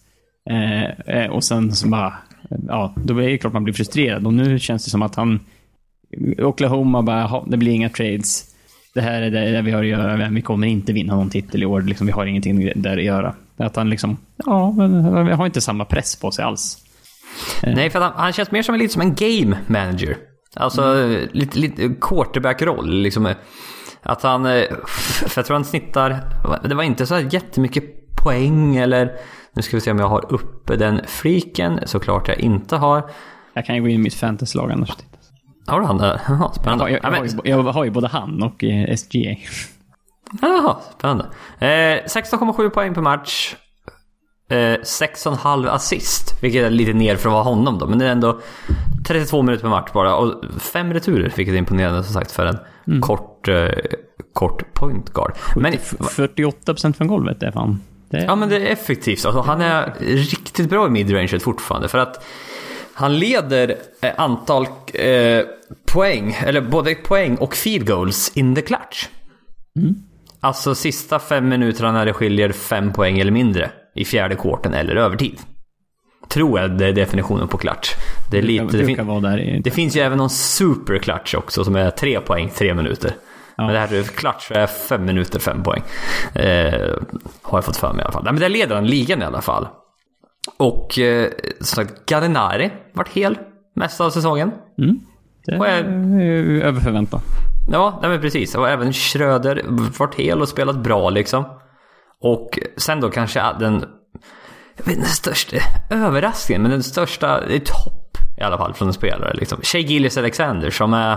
Eh, och sen så bara... Ja, då är det klart man blir frustrerad. Och nu känns det som att han... Oklahoma bara, det blir inga trades. Det här är det vi har att göra. Vi kommer inte vinna någon titel i år. Liksom, vi har ingenting där att göra. Att han liksom... Ja, vi har inte samma press på sig alls. Eh. Nej, för han, han känns mer som en, lite som en game manager. Alltså, mm. lite, lite quarterback-roll. Liksom, att han... För jag tror han snittar... Det var inte så här jättemycket poäng eller... Nu ska vi se om jag har uppe den freaken. Såklart jag inte har. Jag kan ju gå in i mitt fantasy-lag annars. Har du han där? Jaha, spännande. Jag, jag, jag, har ju, jag har ju både han och eh, S G A. Jaha, spännande. Eh, sexton komma sju poäng per match. Eh, sex komma fem assist. Vilket är lite ner för att vara honom då. Men det är ändå trettiotvå minuter per match bara. Och fem returer, vilket är imponerande som sagt för en mm. kort, eh, kort point guard. Men, fyrtioåtta procent från golvet är fan. Det... Ja, men det är effektivt. Alltså, han är riktigt bra i midrange fortfarande. För att han leder eh, antal eh, poäng, eller både poäng och field goals in the clutch. Mm. Alltså sista fem minuterna när det skiljer fem poäng eller mindre i fjärde kvarten eller övertid. Tror jag det är definitionen på clutch. Det, är lite, det, fin- vara där i... det finns ju även någon super clutch också som är tre poäng, tre minuter. Ja. Men det här är clutch är fem minuter, fem poäng. Eh, har jag fått för mig i alla fall. Nej, men det leder han ligan i alla fall. Och eh, så Gallinari vart hel mest av säsongen. Mm. Det är är över förväntan. Ja, nej, men precis. Och även Schröder vart hel och spelat bra liksom. Och sen då kanske den, jag vet, den största överraskningen, men den största, det är topp i alla fall från en spelare liksom. Shai Gilgeous-Alexander som är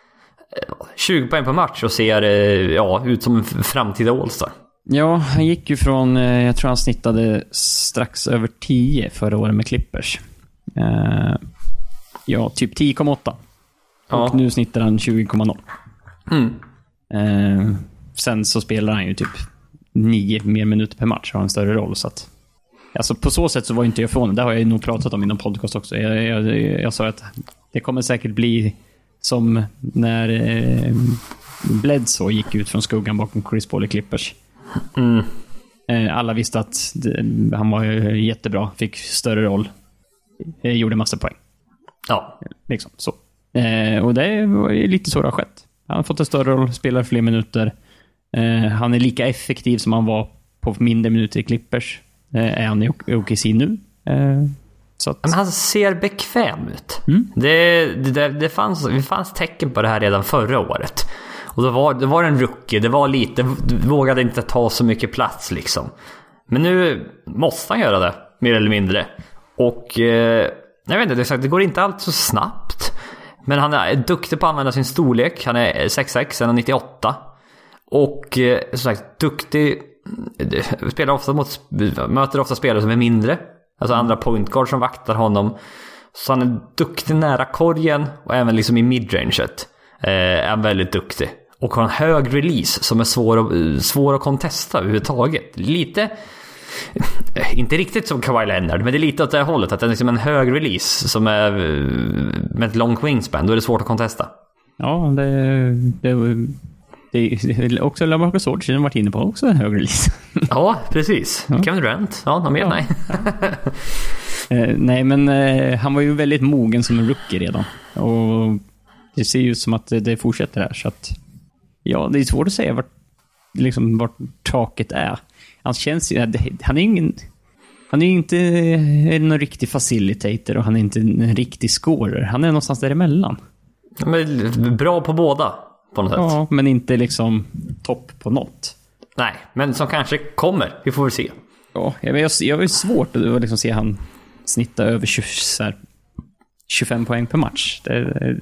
tjugo poäng per match och ser ja, ut som en framtida All-Star. Ja, han gick ju från, jag tror han snittade strax över tio förra året med Clippers. Uh, ja, typ tio komma åtta. Ja. Och nu snittar han tjugo komma noll. Mm. Uh, sen så spelar han ju typ nio mer minuter per match och har en större roll. Så att, alltså på så sätt så var inte jag från det. Det har jag ju nog pratat om i någon podcast också. Jag, jag, jag, jag sa att det kommer säkert bli som när eh, Bledsoe gick ut från skuggan bakom Chris Paul i Clippers. Mm. Eh, alla visste att det, han var jättebra, fick större roll, eh, gjorde massa poäng. Ja, liksom så. Eh, och det var lite så det har skett. Han har fått en större roll, spelar fler minuter. Eh, han är lika effektiv som han var på mindre minuter i Clippers. Eh, är han i O K C nu? Eh, Så att... Men han ser bekväm ut. Mm. Det, det, det, fanns, det fanns tecken på det här redan förra året. Och då var, det var en rookie. Det var lite, vågade inte ta så mycket plats liksom. Men nu måste han göra det, mer eller mindre. Och eh, jag vet inte, det går inte allt så snabbt. Men han är duktig på att använda sin storlek. Han är sex sex, en komma nittioåtta. Och eh, som sagt, duktig. Spelar ofta mot, möter ofta spelare som är mindre. Alltså andra point guard som vaktar honom. Så han är duktig nära korgen. Och även liksom i midranget eh, är han väldigt duktig. Och har en hög release som är svår att, svår att contesta överhuvudtaget. Lite, inte riktigt som Kawhi Leonard, men det är lite åt det hållet. Att det är liksom en hög release som är med ett långt wingspan. Då är det svårt att contesta. Ja, det, det, det, det också LaMarcus Aldridge har varit inne på också en hög release. Ja, precis. Ja. Kevin Durant. Ja, någon mer? Ja. Nej. eh, nej, men eh, han var ju väldigt mogen som en rookie redan. Och det ser ju ut som att det, det fortsätter här. Så att, ja, det är svårt att säga vart, liksom, vart taket är. Han känns ju, han är ingen, han är inte någon riktig facilitator och han är inte en riktig scorer. Han är någonstans däremellan. Ja, men bra på båda på något sätt. Ja, men inte liksom topp på något. Nej, men som kanske kommer. Vi får väl se. Ja, jag jag, jag är svårt att liksom se han snitta över tjugo, så här, tjugofem poäng per match. Det,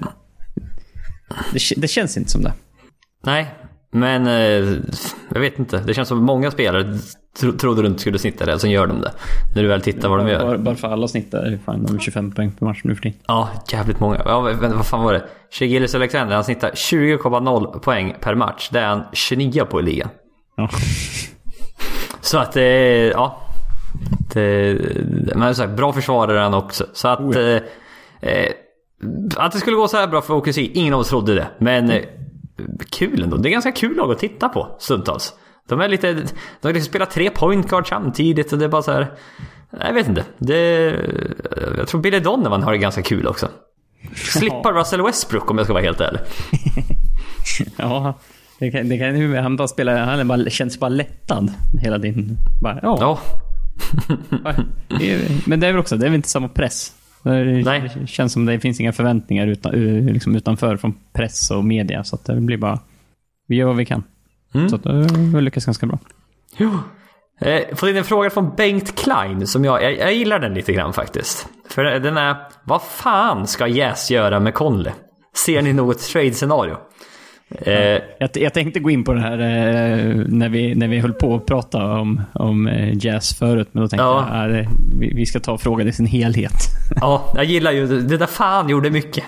det, det känns inte som det. Nej, men eh, jag vet inte. Det känns som många spelare tro, trodde du inte skulle snitta det, sen gör de det. När du väl tittar vad de gör. Bara, bara för alla snittar fan, de tjugofem poäng per match nu för tiden. Ja, jävligt många. Ja, vänta, vad fan var det? Shai Gilgeous-Alexander, han snittar tjugo komma noll poäng per match. Det är han tjugonio på i ligan. Ja. Så att det är, ja. Det, men så här, bra försvarare han också. Så att oh ja. eh, att det skulle gå så här bra för O K C, ingen av oss trodde det. Men mm. kul ändå. Det är ganska kul lag att titta på stundtals. De är lite, de har liksom spelat tre point guard samtidigt och det är bara så här. Jag vet inte. Det, jag tror Billy Donovan har det ganska kul också. Slippa Russell Westbrook om jag ska vara helt ärlig. Ja, det kan, det kan, han bara spelar, han bara, känns bara lättad hela din. Bara, ja. Ja. Men det är väl också, det är väl inte samma press. Det, Nej. Det känns som det finns inga förväntningar utan, liksom utanför från press och media, så att det blir bara, vi gör vad vi kan. Mm. Så att det lyckas ganska bra. Jo. Eh, får in en fråga från Bengt Klein som jag, jag, jag gillar den lite grann faktiskt. För den är, vad fan ska Jazz göra med Conley? Ser ni något trade-scenario? Eh, jag, jag tänkte gå in på det här eh, när, vi, när vi höll på att prata om, om eh, Jazz förut, men då tänkte ja. jag att eh, vi, vi ska ta frågan i sin helhet. Ja, jag gillar ju det där, fan gjorde mycket.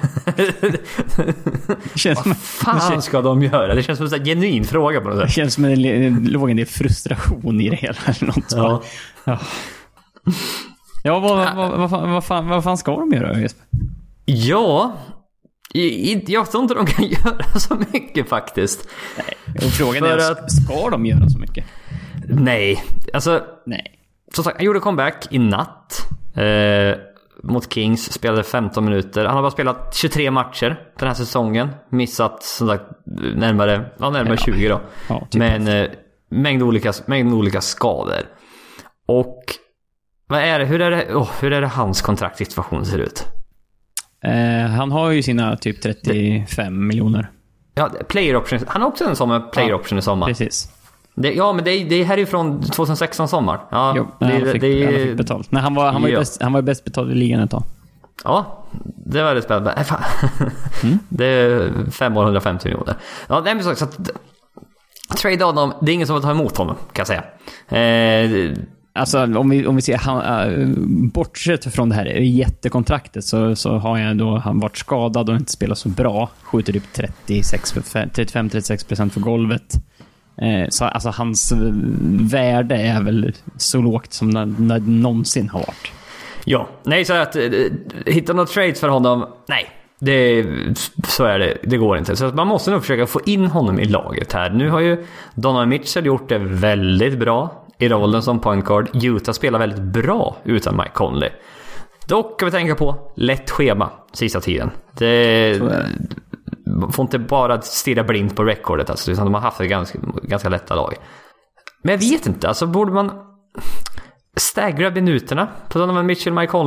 Känns vad fan ska de göra? Det känns som en genuin fråga på något sätt. Det känns som en låg en del frustration i det hela eller något. Ja, ja. ja vad, vad, vad, vad, fan, vad, fan, vad fan ska de göra, Jesper? Ja, jag tror inte de kan göra så mycket faktiskt. Nej, och frågan är, att, ska de göra så mycket? Nej, alltså nej. Som sagt, han gjorde comeback i natt eh, mot Kings, spelade femton minuter. Han har bara spelat tjugotre matcher den här säsongen. Missat som sagt närmare, ja, närmare ja. tjugo då. Ja, typ. Men eh, mängd, olika, mängd olika skador. Och vad är det, hur är det, oh, hur är det hans kontraktsituation ser ut? Eh, han har ju sina typ trettiofem det, miljoner. Ja, player option. Han har också en sån med player ja, option i sommar. Precis. Det, ja, men det, det här är ju från tjugohundrasexton sommar. Ja, jo, det, han, fick, det, han fick betalt. Nej, han var, han var ju ja. bäst, han var bäst betald i ligan ett tag. Ja, det var det spännande. Nej, fan. Mm. Det är fem år, hundrafemtio miljoner. Ja, det är så, så att trade honom, det är ingen som vill ta emot honom, kan jag säga. Eh, Alltså om vi, om vi ser han, äh, bortsett från det här jättekontraktet så, så har jag då han varit skadad och inte spelat så bra, skjuter typ trettiofem till trettiosex procent för golvet. Eh, så alltså hans värde är väl så lågt som när, när någonsin har varit. Ja, nej, så att hitta några trades för honom, nej. Det, så är det, det går inte. Så man måste nog försöka få in honom i laget här. Nu har ju Donovan Mitchell gjort det väldigt bra i rollen som point guard. Utah spelar väldigt bra utan Mike Conley. Dock kan vi tänka på lätt schema sista tiden. Det får inte bara stirra blint på rekordet, alltså, utan de har haft ett ganska, ganska lätta lag. Men jag vet inte, alltså borde man staggra minuterna på Donovan Mitchell och Mike Conley?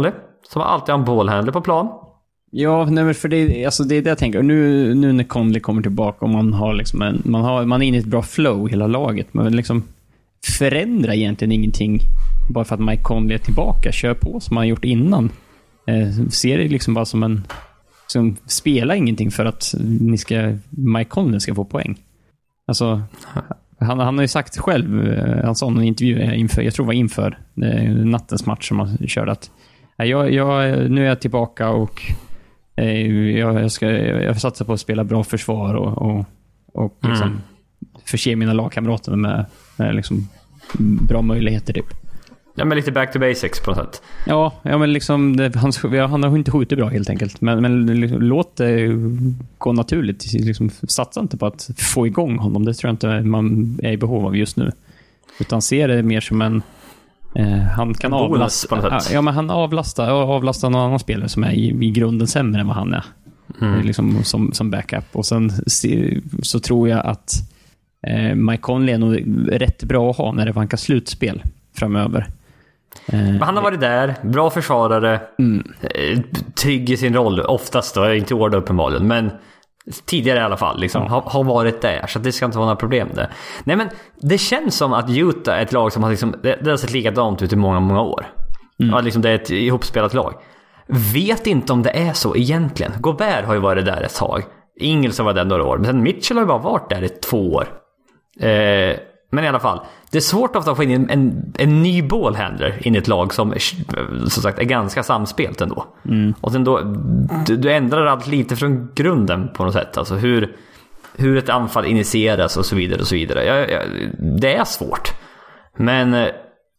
som alltid har en bollhandler på plan. Ja, nej, för det, alltså det är det jag tänker. Nu, nu när Conley kommer tillbaka och man har liksom en, man har man är inne i ett bra flow hela laget, man liksom förändra egentligen ingenting bara för att Mike Conley är tillbaka. Kör på som man gjort innan. Eh, ser det liksom bara som en som spelar ingenting för att ni ska Mike Conley ska få poäng. Alltså han, han har ju sagt själv, han sa en intervju inför, jag tror det var inför eh, nattens match som han körde att jag, jag, nu är jag tillbaka och eh, jag, jag ska jag satsar på att spela bra försvar och, och, och liksom mm. förse mina lagkamrater med, med liksom bra möjligheter typ. Ja, men lite back to basics på något sätt. Ja, ja men liksom det, han, han har inte skjutit bra helt enkelt. Men, men liksom, låt det gå naturligt. Liksom, satsa inte på att få igång honom. Det tror jag inte man är i behov av just nu. Utan se det mer som en eh, han kan en avlasta. På något sätt. Ja, men han avlastar, avlastar någon annan spelare som är i, i grunden sämre än vad han är. Mm. Liksom, som, som backup. Och sen se, så tror jag att eh, Mike Conley är nog rätt bra att ha när det vankar slutspel framöver. Men han har varit där, bra försvarare, mm. trygg i sin roll, oftast då, inte år då uppenbarligen, men tidigare i alla fall liksom, ja. har, har varit där, så det ska inte vara några problem där. Nej, men det känns som att Utah är ett lag som har liksom, det, det har sett likadant ut i många, många år. Mm. Ja, liksom det är ett ihopspelat lag. Vet inte om det är så egentligen. Gobert har ju varit där ett tag, Ingels har varit där några år, men sen Mitchell har ju bara varit där i två år. Eh, men i alla fall, det är svårt ofta att få in en, en, en ny ballhandler in i ett lag som som sagt är ganska samspelt ändå. Mm. Och sen då du, du ändrar allt lite från grunden på något sätt, alltså hur, hur ett anfall initieras och så vidare och så vidare. Jag, jag, det är svårt. Men eh,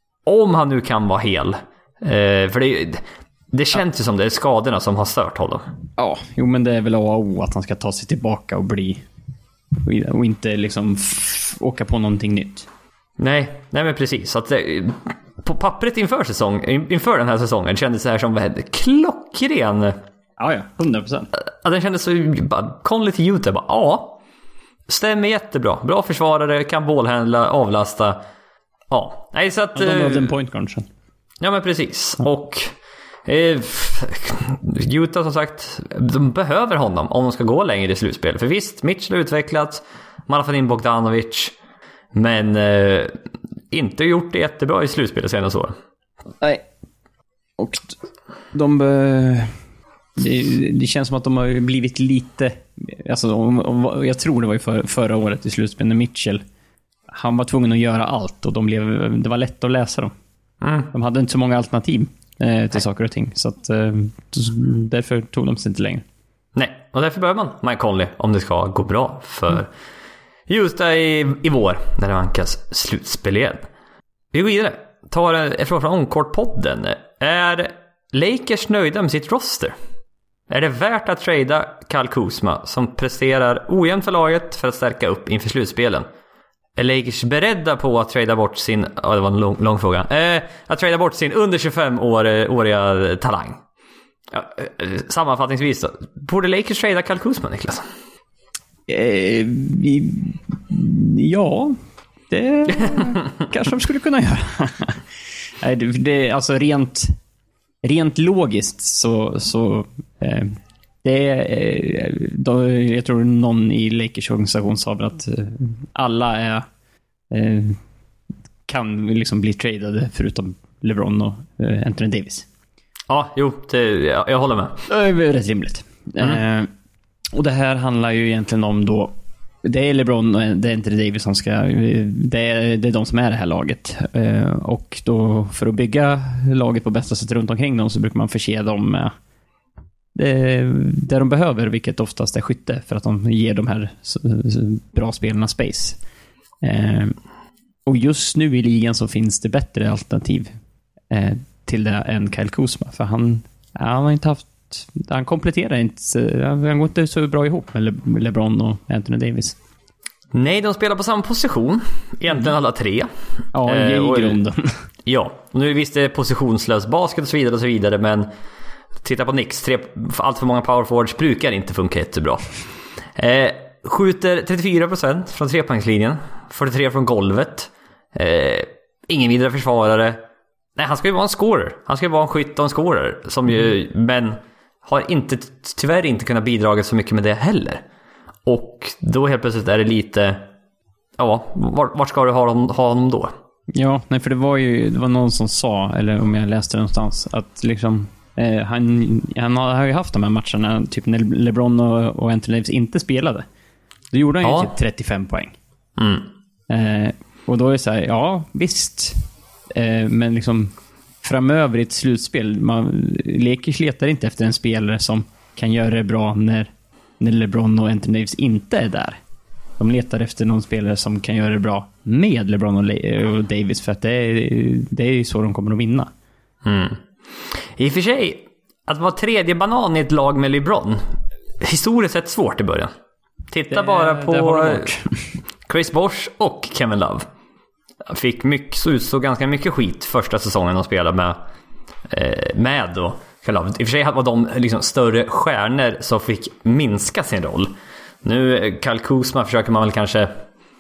om han nu kan vara hel, eh, för det, det känns ju som det är skadorna som har stört honom. Ja, jo, men det är väl A och O att han ska ta sig tillbaka och bli och inte liksom f- åka på någonting nytt. Nej, nej men precis. Så att det, på pappret inför säsong, inför den här säsongen kändes det här som klockren. Ja, ja, hundra procent. Ja, den kändes så bara, Conley till Utah bara, ja, stämmer jättebra. Bra försvarare, kan bollhandla, avlasta. Ja, nej så att... Ja, de behövde en point guard sen. Ja, men precis. Ja. Och eh, Utah som sagt, de behöver honom om de ska gå längre i slutspel. För visst, Mitchell har utvecklats, man har fått in Bogdanovic, men eh, inte gjort det jättebra i slutspelet senast år. Nej. Och de det, det känns som att de har blivit lite, alltså om, om, jag tror det var ju för, förra året i slutspelet när Mitchell, han var tvungen att göra allt och de blev, det var lätt att läsa dem. Mm. De hade inte så många alternativ eh, till Nej. saker och ting, så att eh, därför tog de sig inte längre. Nej, och därför behöver man Mike Conley om det ska gå bra för mm. just där i, i vår när det vankas slutspel igen. Vi går vidare. Tar en fråga från Oncourt-podden. Är Lakers nöjda med sitt roster? Är det värt att trada Kyle Kuzma som presterar ojämnt för laget för att stärka upp inför slutspelen? Är Lakers beredda på att trada bort sin... Ja, det var en lång, lång fråga. Eh, att trada bort sin under tjugofem-åriga talang? Ja, sammanfattningsvis då. Borde Lakers trada Kyle Kuzma, Niklas? Eh, vi, ja, det kanske de skulle kunna göra. Nej, det, det, alltså rent, rent logiskt så, så eh, det är, då, jag tror någon i Lakers organisation sa att eh, alla är eh, kan liksom bli tradade förutom LeBron och eh, Anthony Davis. Ja, jo, det, jag, jag håller med. Det är rätt rimligt. Mm. Eh, Och det här handlar ju egentligen om då, det är LeBron och det är inte Davis som ska, det är, det är de som är det här laget. Eh, och då för att bygga laget på bästa sätt runt omkring dem så brukar man förse dem med det, det de behöver, vilket oftast är skytte, för att de ger de här bra spelarna space. Eh, och just nu i ligan så finns det bättre alternativ eh, till det än Kyle Kuzma, för han, han har inte haft han kompletterar inte, han går inte så bra ihop med Le- LeBron och Anthony Davis. Nej, de spelar på samma position egentligen alla tre. Ja, i eh, och, grunden. Ja, och nu visst det är positionslös basket och så vidare och så vidare, men titta på Knicks, tre, allt för många power forwards brukar inte funka jättebra. Eh, skjuter trettiofyra procent från trepoängslinjen, fyrtiotre från golvet. Eh, ingen vidare försvarare. Nej, han ska ju vara en scorer. Han ska ju vara en skytt och en scorer. Som ju, mm. Men har inte, tyvärr inte kunnat bidra så mycket med det heller. Och då helt plötsligt är det lite... Ja, vart var ska du ha honom, ha honom då? Ja, nej, för det var ju det var någon som sa, eller om jag läste det någonstans, att liksom eh, han, han har ju haft de här matcherna typ när LeBron och, och Anthony Davis inte spelade. Då gjorde han ju ja. typ trettiofem poäng. Mm. Eh, och då är det så här, ja, visst. Eh, men liksom framöver i ett slutspel, man Lakers letar inte efter en spelare som kan göra det bra när, när LeBron och Anthony Davis inte är där. De letar efter någon spelare som kan göra det bra med LeBron och, Le- och Davis, för att det är, det är ju så de kommer att vinna. Mm. I och för sig, att vara tredje banan i ett lag med LeBron, historiskt sett svårt i början. Titta det, bara på Chris Bosh och Kevin Love. Fick mycket, så utsåg ganska mycket skit första säsongen de spelade med eh, med då. I och för sig var de liksom större stjärnor som fick minska sin roll. Nu Kyle Kuzma försöker man väl kanske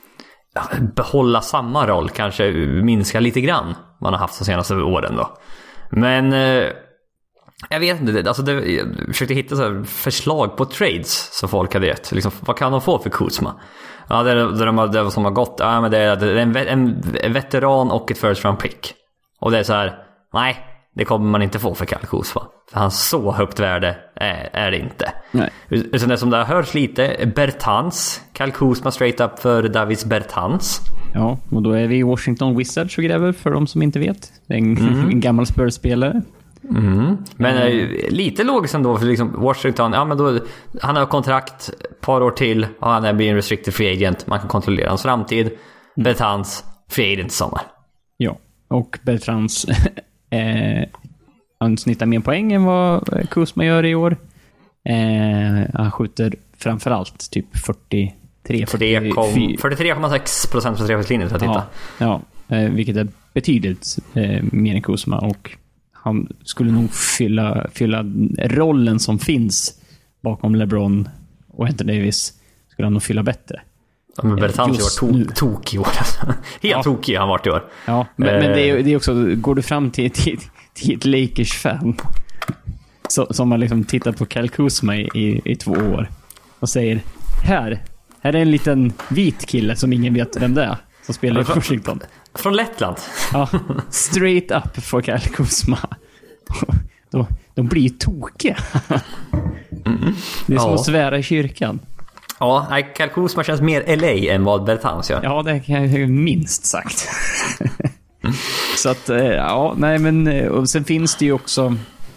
behålla samma roll, kanske minska lite grann man har haft de senaste åren då. Men eh, jag vet inte, alltså det, jag försökte hitta så här förslag på trades som folk hade gett. Liksom, vad kan de få för Kuzma? Ja, det, det, det, det som har gått, ja, men det, det är en, en, en veteran och ett first round pick. Och det är så här, nej, det kommer man inte få för Kyle Kuzma. För hans så högt värde är, är det inte. Nej. Utan det som det har hörts lite, Bertans, Kyle Kuzma straight up för Davis Bertans. Ja, och då är vi i Washington Wizards och gräver, för de som inte vet. En, mm. en gammal Spurs-spelare. Mm. Men mm. lite logiskt ändå, för liksom Washington, ja, men då, han har kontrakt ett par år till och han blir en restricted free agent. Man kan kontrollera hans framtid. Mm. Bertans free agent i sommar. Ja, och Bertans eh, han snittar mer poäng än vad Kuzma gör i år. Eh, han skjuter framförallt typ fyrtiotre komma sex procent på trepoängslinjen för att titta. Ja, ja eh, vilket är betydligt eh, mer än Kuzma, och han skulle nog fylla, fylla rollen som finns bakom LeBron och Anthony Davis, skulle han nog fylla bättre. Ja, men Bertans har varit tokig i år. Helt ja. tokig har han varit i år. Ja, men, eh. men det, är, det är också, går du fram till, till, till ett Lakers-fan så, som har liksom tittat på Kyle Kuzma i, i, i två år och säger, här, här är en liten vit kille som ingen vet vem det är, som spelar i Washington. Från Lettland. Ja, straight up för Kyle Kuzma. De, de blir tokiga. Mm. Det är som ja. att svära i kyrkan. Ja, Kyle Kuzma känns mer L A än vad Bertans gör. Ja, det kan jag minst sagt. Mm. Så att, ja, nej men, och sen finns det ju också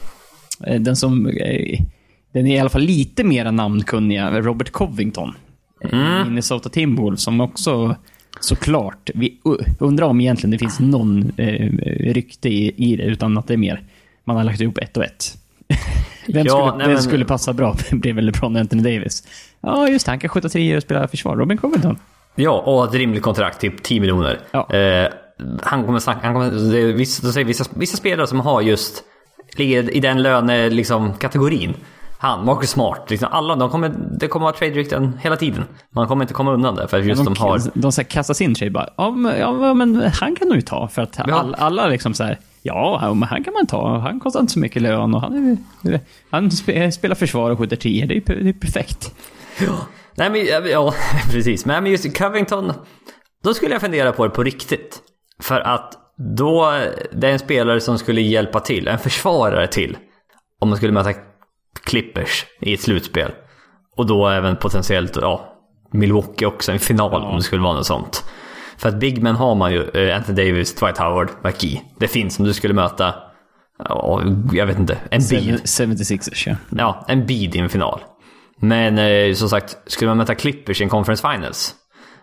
den som, den är i alla fall lite mer namnkunniga, Robert Covington. Mm. Minnesota Timberwolves, som också såklart, vi undrar om egentligen det finns någon eh, rykte i, i det, utan att det är mer man har lagt ihop ett och ett. Vem, ja, skulle, nej, vem men... skulle passa bra bredvid LeBron och Anthony Davis? Ja, just det, han kan skjuta tre och spela försvar. Robin Covington. Ja, och ett rimligt kontrakt, typ tio miljoner. Ja. Eh, han kommer snacka, han kommer, det är vissa, vissa, vissa spelare som har just ligger i den löne liksom, kategorin. Han, Marcus Smart, liksom, alla, de kommer, det kommer att vara trade-rykten hela tiden. Man kommer inte komma undan det, för just ja, de, de har... De så här kastar sin trade bara, ja men, ja, men han kan nog ju ta, för att ja. all, alla liksom så här, ja, men han kan man ta, han kostar inte så mycket lön och han, är, han spelar försvar och skjuter tio, det är, det är perfekt. Ja, nej men, ja, precis. Men just Covington, då skulle jag fundera på det på riktigt. För att då, det är en spelare som skulle hjälpa till, en försvarare till, om man skulle möta Clippers i ett slutspel. Och då även potentiellt, ja, Milwaukee också, en final, ja. Om det skulle vara något sånt. För att big men har man ju eh, Anthony Davis, Dwight Howard, McGee. Det finns om du skulle möta, ja, jag vet inte, en bid. sjuttiosex ers, ja. Ja, en bid i en final. Men eh, som sagt, skulle man möta Clippers i en conference finals.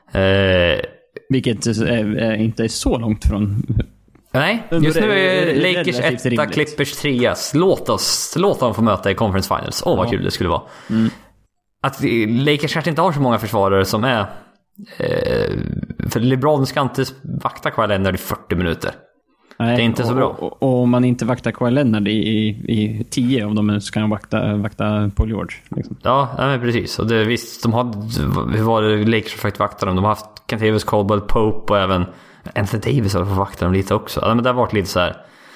Eh, Vilket är, är inte är så långt från... Nej, just nu är Lakers etta, Clippers treas. Låt oss, låt dem få möta i conference finals. Åh, oh, vad ja. kul det skulle vara. Mm. Att Lakers kanske inte har så många försvarare som är... Eh, för LeBron ska inte vakta Kawhi Leonard i fyrtio minuter. Nej, det är inte och, så bra. Och, och om man inte vaktar Kawhi Leonard i, i, i tio av dem, så kan man vakta, vakta Paul George. Liksom. Ja, nej, precis. Och det, visst, de har, hur var det Lakers som faktiskt vaktar dem? De har haft Kentavious Caldwell Pope och även Anthony Davis har fått vakta dem lite också. Ja, men det har varit lite så här.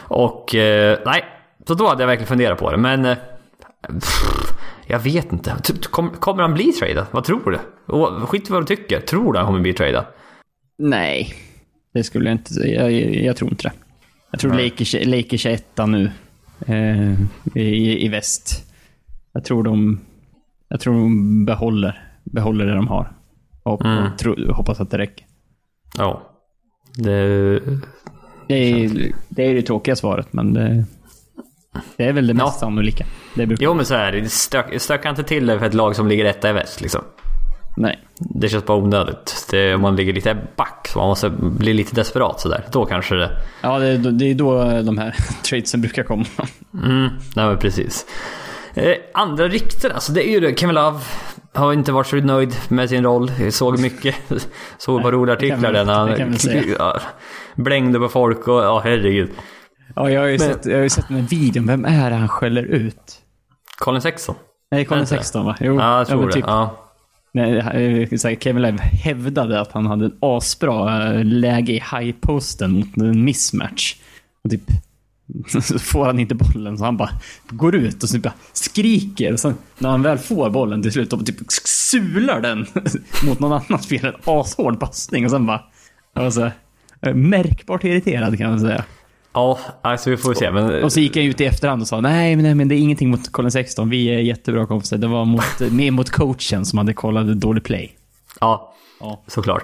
Och eh, nej, så då hade jag verkligen funderat på det. Men eh, pff, jag vet inte. Kom, kommer han bli tradad? Vad tror du? Och, skit vad du tycker. Tror du han kommer bli tradad? Nej, det skulle jag inte. Jag, jag, jag tror inte det. Jag tror Lakers, Lakers är etta nu eh, i, i väst. Jag tror de jag tror de behåller behåller det de har. Och, mm. och tro, hoppas att det räcker. Ja. Det, det, är, det är det tråkiga svaret, men det, det är väl det mest ja. sannolika. Det brukar... Jo, men så är det. Stök, stöka inte till det för ett lag som ligger etta i väst liksom. Nej. Det känns bara onödigt. Det, om man ligger lite back så man måste bli lite desperat sådär. Då kanske det... Ja, det, det är då de här tradesen brukar komma. Mm, nej men precis. Eh, andra rykten, alltså det är ju det. Kevin Love har inte varit så nöjd med sin roll. Jag såg mycket. Såg bara roliga artiklar där när han ja, blängde på folk och ja, herregud. Ja, jag har ju, men, sett, jag har ju sett den här videon. Vem är det han skäller ut? Colin Sexton. Nej, Colin Sexton va? Jo, ja, jag tror ja, det. Typ, ja. Nej, Kevin Love hävdade att han hade en asbra läge i high-posten mot en mismatch. Och typ så får han inte bollen så han bara går ut och så bara skriker. Och sen när han väl får bollen till slut och typ sular den mot någon annan spelare. En ashård passning och sen bara alltså, märkbart irriterad kan man säga. Ja, alltså vi får se. Men... Och så gick han ut i efterhand och sa nej, men, nej, men det är ingenting mot Colin Sexton. Vi är jättebra kompisar. Det var mot, mer mot coachen som hade kollat dålig play. Ja, ja. Såklart.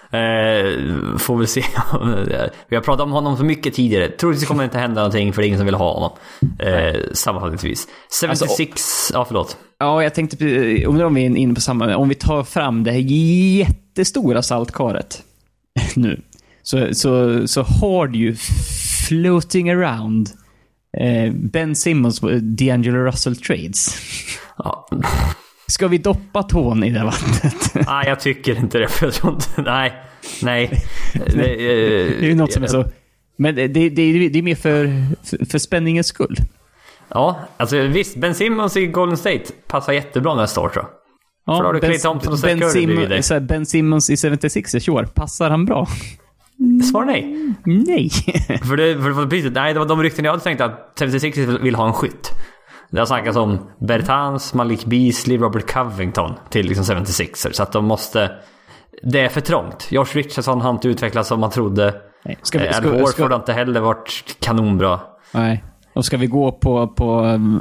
Eh, får vi se. Vi har pratat om honom för mycket tidigare. Troligtvis kommer det inte hända någonting för det är ingen som vill ha honom. Eh, sammanfattningsvis. sjuttiosex, alltså, ja förlåt. Ja, jag tänkte, undrar om vi är inne på samma. Om vi tar fram det här jättestora saltkaret nu. Så, så, så har du ju floating around eh, Ben Simmons och D'Angelo Russell trades. Ja. Ska vi doppa tån i det vattnet? Nej, jag tycker inte det. För jag tror inte, nej, nej. Det, det är ju något som är så... Men det, det, det, det är mer för, för, för spänningens skull. Ja, alltså visst. Ben Simmons i Golden State passar jättebra nästa år, tror jag. Ja, för då har du Ben, Clay Thompson och Ben, Sim, så här, Ben Simmons i sjuttiosex år. Passar han bra? Svar nej. Nej. för det, för, för, precis, nej, det var de rykten jag hade tänkt att sjuttiosex vill ha en skytt. Det har snackats om Bertans, Malik Beasley, Robert Covington till liksom sjuttiosex er. Så att de måste... Det är för trångt. Josh Richardson har inte utvecklats som man trodde. Nej. Ska vi, ska, Al Horford ska... har inte heller varit kanonbra. Nej. Och ska vi gå på, på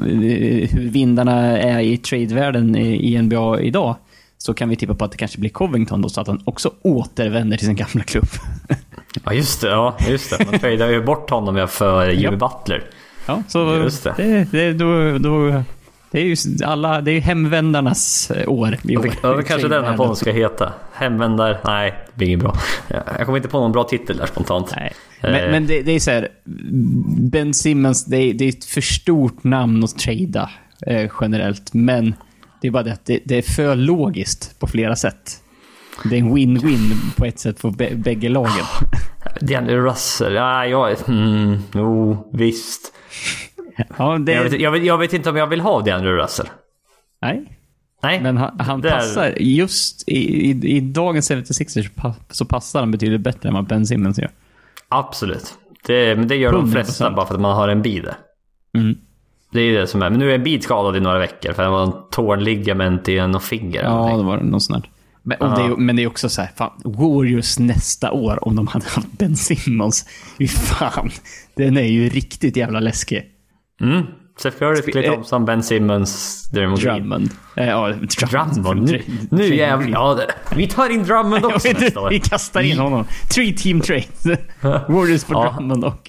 hur vindarna är i tradevärlden i N B A idag, så kan vi tippa på att det kanske blir Covington då, så att han också återvänder till sin gamla klubb. Ja, just det. Ja, just det. Man tradar ju bort honom för Jimmy ja. Butler. Ja, så just det. Det, det, då, då, det är ju alla, det är ju hemvändarnas år i år. Ja, det kanske den här podden ska heta. Hemvändar, nej, det blir inget bra. Jag kommer inte på någon bra titel där spontant. Nej. Men, eh. men det, det är så här, Ben Simmons, det är, det är ett för stort namn att trada eh, generellt. Men det är bara det att det, det är för logiskt på flera sätt. Det är en win-win på ett sätt för b- bägge lagen. D'Angelo Russell, ja, jag, mm, jo, visst. Ja, det... jag, vet, jag, vet, jag vet inte om jag vill ha D'Angelo Russell. Nej. Nej. Men han, han passar är... just i, i, i dagens sjuttiosex er så passar han betydligt bättre än vad Ben Simmons gör. Absolut. Det, men det gör de flesta bara för att man har en bid. Mm. Det är det som är. Men nu är en bid skadad i några veckor för det var en tårligament i en och finger. Ja, det var något sånt. Men, och det är, men det är också så här, fan, Warriors nästa år om de hade haft Ben Simmons. Fy fan, den är ju riktigt jävla läskig. Mm. Steph Curry, Clay Thompson, Ben Simmons, Draymond Green. Drummond. Eh, ja, Drummond. Drummond. Nu, nu jävlar. Ja, vi tar in Drummond också nästa år. Vi kastar in honom. Three team trade. Warriors på ja. Drummond och...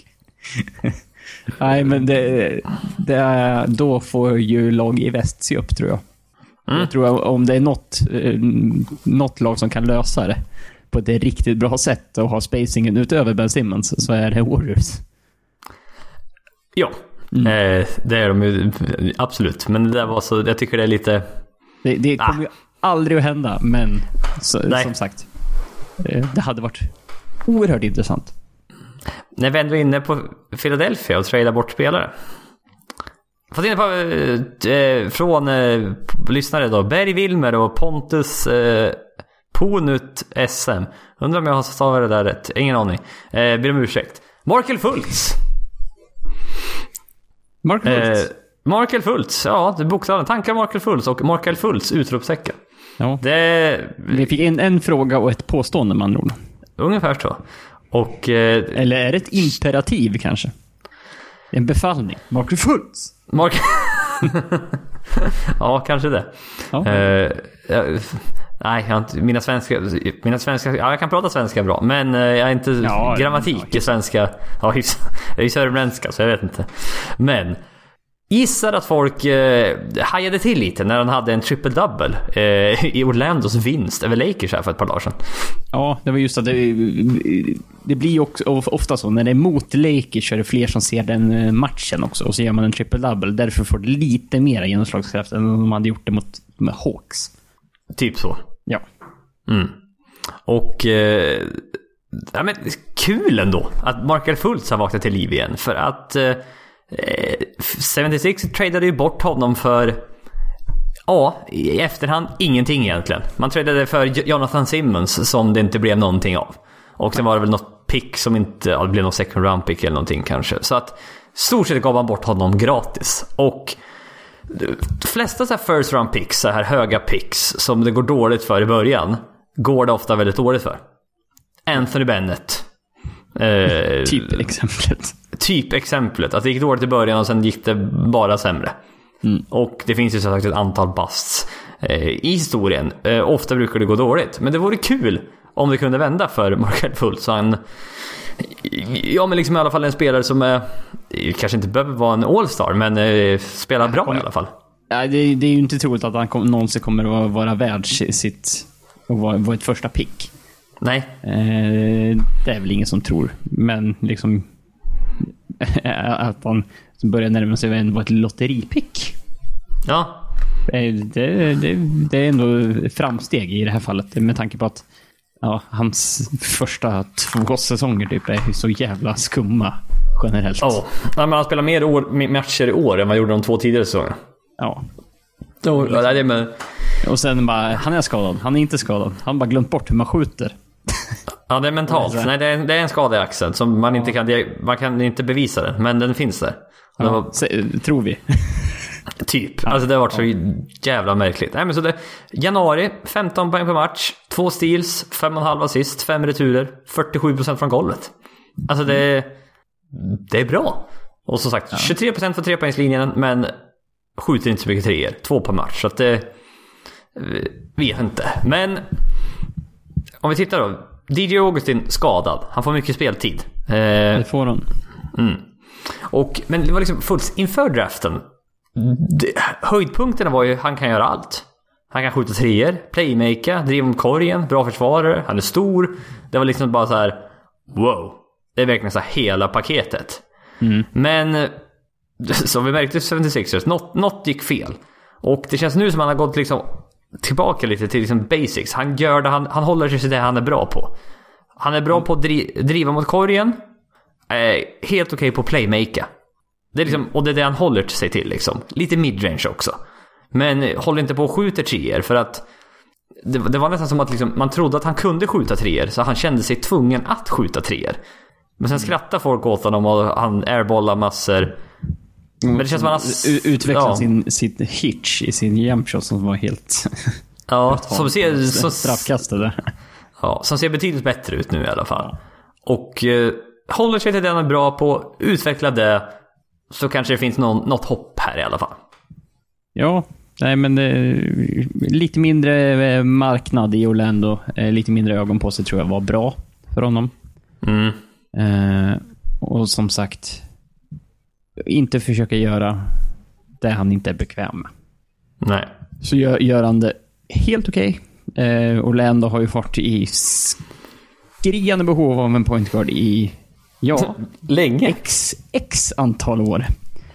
Nej, men det, det är, då får ju lag i väst se upp, tror jag. Mm. Jag tror om det är något, något lag som kan lösa det på ett riktigt bra sätt och ha spacingen utöver Ben Simmons, så är det Warriors. Ja, mm. eh, det är de ju absolut. Men det där var så, jag tycker det är lite... Det, det kommer ah. ju aldrig att hända, men så, som sagt, det hade varit oerhört intressant. När vi ändå är inne på Philadelphia och tradar bort spelare. Fått in på eh, från eh, lyssnare då, Berg Wilmer och Pontus eh, Ponut S M. Undrar om jag har stavat det där rätt. Ingen aning. Eh, ber om ursäkt. Markel Fultz. Markel Fultz. Eh, Markel Fultz, ja, det bokstavligen. Tankar Markel Fultz och Markel Fultz utropstecken. Ja. Det... Vi fick en, en fråga och ett påstående, man ord. Ungefär så. Och, eh... Eller är det ett imperativ kanske? En befallning. Markel Fultz. Mark... ja, kanske det. Ja. Eh, jag... Nej, jag har inte, mina svenska, mina svenska, ja, jag kan prata svenska bra, men jag är inte ja, grammatik ja, i svenska. Ja, jag är ju sörmländska, så jag vet inte. Men gissar att folk eh, hajade till lite när han hade en triple-double eh, i Orlandos vinst över Lakers här för ett par dagar sedan. Ja, det var just att det, det blir ju också ofta så när det är mot Lakers så är det fler som ser den matchen också, och så gör man en triple-double. Därför får det lite mer genomslagskraft än om man hade gjort det mot med Hawks. Typ så. Ja. Mm. Och eh, ja, men kul ändå att Markel Fultz har vaknat till liv igen, för att eh, sjuttiosex tradade ju bort honom för, ja, i efterhand ingenting egentligen. Man tradade för Jonathan Simmons som det inte blev någonting av. Och sen var det väl något pick som inte, ja, det blev någon second round pick eller någonting kanske. Så att stort sett gav man bort honom gratis. Och de flesta så här first round picks, så här höga picks som det går dåligt för i början, går det ofta väldigt dåligt för. Anthony Bennett. Eh, typ exemplet. Typ exemplet. Att det gick dåligt i början och sen gick det bara sämre. Mm. Och det finns ju så sagt ett antal busts eh, i historien. Eh, ofta brukar det gå dåligt. Men det vore kul om det kunde vända för Markel Fultz. Så han, ja, men liksom i alla fall en spelare som eh, kanske inte behöver vara en all-star, men eh, spelar bra i alla fall. Ja, det, det är ju inte troligt att han kom, någonsin kommer att vara värd sitt och vara, vara ett första pick. Nej. Eh, det är väl ingen som tror. Men liksom att han börjar närma sig vara ett lotteripick. Ja. Eh, det, det, det är ändå framsteg i det här fallet, med tanke på att ja, hans första två säsonger typ är så jävla skumma generellt. Ja, oh. Men han spelar mer år, matcher i år än vad gjorde de två tidigare säsonger. Ja. Oh, ja, det är med... Och sen bara, han är skadad, han är inte skadad. Han bara glömt bort hur man skjuter. Ja, det är mentalt. Nej, det är, det är en skada i axeln som man, ja. inte kan, man kan inte bevisa den, men den finns där. Ja, var... se, tror vi. Typ. Ja. Alltså det har varit ja. så jävla märkligt. Nej, men så det, januari, femton poäng per match, två steals, fem och en halv assist, fem returer, fyrtiosju procent från golvet. Alltså det är, det är bra. Och som sagt, ja. tjugotre procent för trepoängslinjen, men skjuter inte så mycket treor. Två per match. Så att det vet inte. Men om vi tittar då. D J Augustin skadad. Han får mycket speltid. Eh, det får han. Mm. Och, men det var liksom fullt inför draften. Det, höjdpunkterna var ju han kan göra allt. Han kan skjuta treor, playmaker, driva om korgen, bra försvarare, han är stor. Det var liksom bara så här, wow. Det är verkligen så här hela paketet. Mm. Men som vi märkte sjuttiosex, något, något gick fel. Och det känns nu som han har gått liksom tillbaka lite till liksom basics. Han gör det, han, han håller sig till det han är bra på. Han är bra på att dri, driva mot korgen. Eh, helt okej okay på playmaker. Det är liksom, och det är det han håller sig till liksom. Lite midrange också. Men håller inte på att skjuta treor, för att det, det var nästan som att liksom, man trodde att han kunde skjuta treor, så han kände sig tvungen att skjuta treor. Men sen skrattar folk åt honom och han airbollar massor. Men det känns som att han utvecklar ja. sin, sitt hitch i sin jump shot som var helt ja, som ser som, straffkastade. Ja, som ser betydligt bättre ut nu i alla fall. Och eh, håller sig till det han är bra på, utveckla det, så kanske det finns någon, något hopp här i alla fall. Ja, nej men eh, lite mindre marknad i Orlando, eh, lite mindre ögon på sig tror jag var bra för honom. Mm. Eh, och som sagt, inte försöka göra det han inte är bekväm med. Nej. Så gör, gör han det helt okej. Okay. Eh, Orlando har ju varit i skriande behov av en point guard i ja, länge. X, X antal år.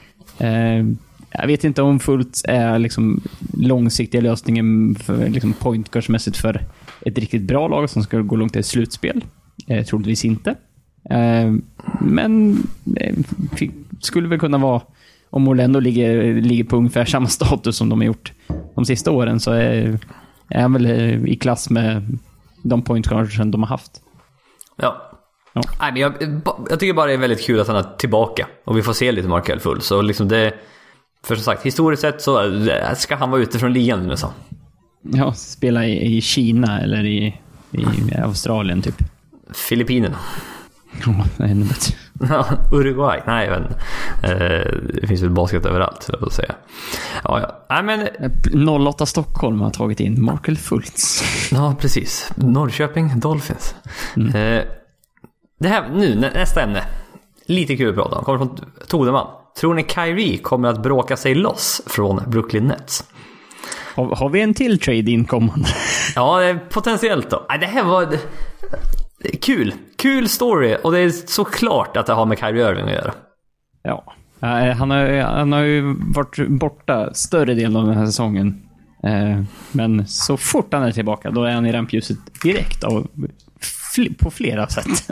Eh, jag vet inte om fullt är liksom långsiktiga lösningen för liksom point guardsmässigt för ett riktigt bra lag som ska gå långt till slutspel. Eh, troligtvis inte. Eh, men eh, skulle väl kunna vara, om Orlando ligger, ligger på ungefär samma status som de har gjort de sista åren, så är, är väl i klass med de point guards de har haft. Ja. Ja. Nej, men jag, jag tycker bara det är väldigt kul att han är tillbaka och vi får se lite Markelle Fultz. Så liksom det, för som sagt, historiskt sett så ska han vara ute från ligan nu så. Ja, spela i, i Kina eller i, i Australien typ. Filippinerna. Ja, det är ännu bättre. Ja, Uruguay. Nej, men eh, det finns väl basket överallt, så jag vill säga. Ja, ja. Nej, men noll åtta Stockholm har tagit in Markelle Fultz. Ja, precis. Norrköping Dolphins. Mm. Eh, det här nu nästa ämne. Lite kul att prata om. Kommer från Todeman. Tror ni Kyrie kommer att bråka sig loss från Brooklyn Nets? Har, har vi en till trade inkommande? Ja, potentiellt då. Nej, det här var kul. Kul story. Och det är såklart att det har med Kyrie Irving att göra. Ja. Han har, han har ju varit borta större delen av den här säsongen. Men så fort han är tillbaka, då är han i rampljuset direkt. Och på flera sätt.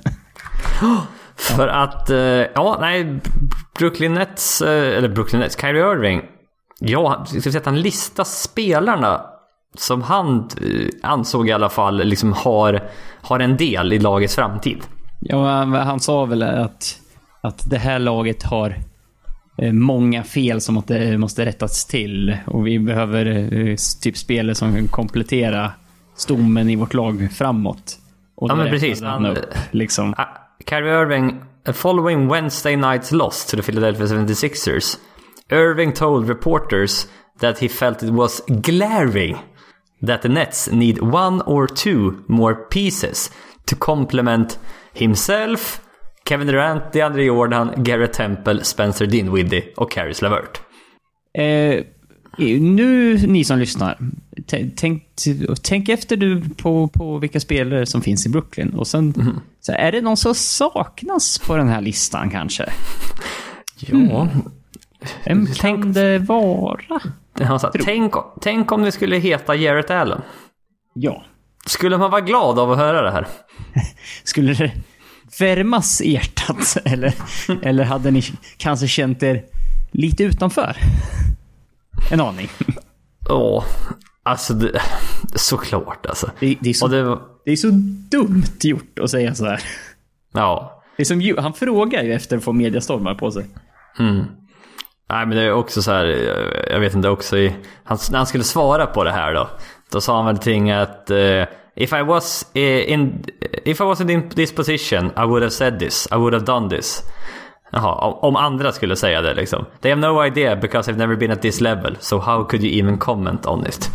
För att, ja, nej, Brooklyn Nets, eller Brooklyn Nets, Kyrie Irving, ja, jag ska säga att han listar spelarna som han ansåg i alla fall liksom har, har en del i lagets framtid. Ja, han sa väl att, att det här laget har många fel som måste, måste rättas till, och vi behöver typ spelare som kan komplettera stommen i vårt lag framåt. Och ja, men precis. Han upp, liksom. Kyrie Irving, following Wednesday night's loss to the Philadelphia seventy-sixers, Irving told reporters that he felt it was glaring that the Nets need one or two more pieces to complement himself, Kevin Durant, DeAndre Jordan, Garrett Temple, Spencer Dinwiddie och Caris LeVert. Eh, nu, ni som lyssnar, t- tänk, tänk efter du på, på vilka spelare som finns i Brooklyn. Och sen, mm. så är det någon som saknas på den här listan kanske? Ja. Mm. Vem kan tänk, det vara? Alltså, tänk, tänk om det skulle heta Jarrett Allen. Ja. Skulle man vara glad av att höra det här? Skulle det värmas i hjärtat? Eller, eller hade ni kanske känt er lite utanför? En aning. Åh, alltså det, såklart alltså. Det, det, är så, det, var... det är så dumt gjort att säga så här. Ja. Det är som, han frågar ju efter att få mediastormar på sig. Mm. Nej, men det är också så här, jag vet inte, också i, han, när han skulle svara på det här då, då sa han väl ting att uh, if I was in if I wasn't in this position I would have said this, I would have done this. Jaha, om, om andra skulle säga det liksom. They have no idea because I've never been at this level, so how could you even comment on it?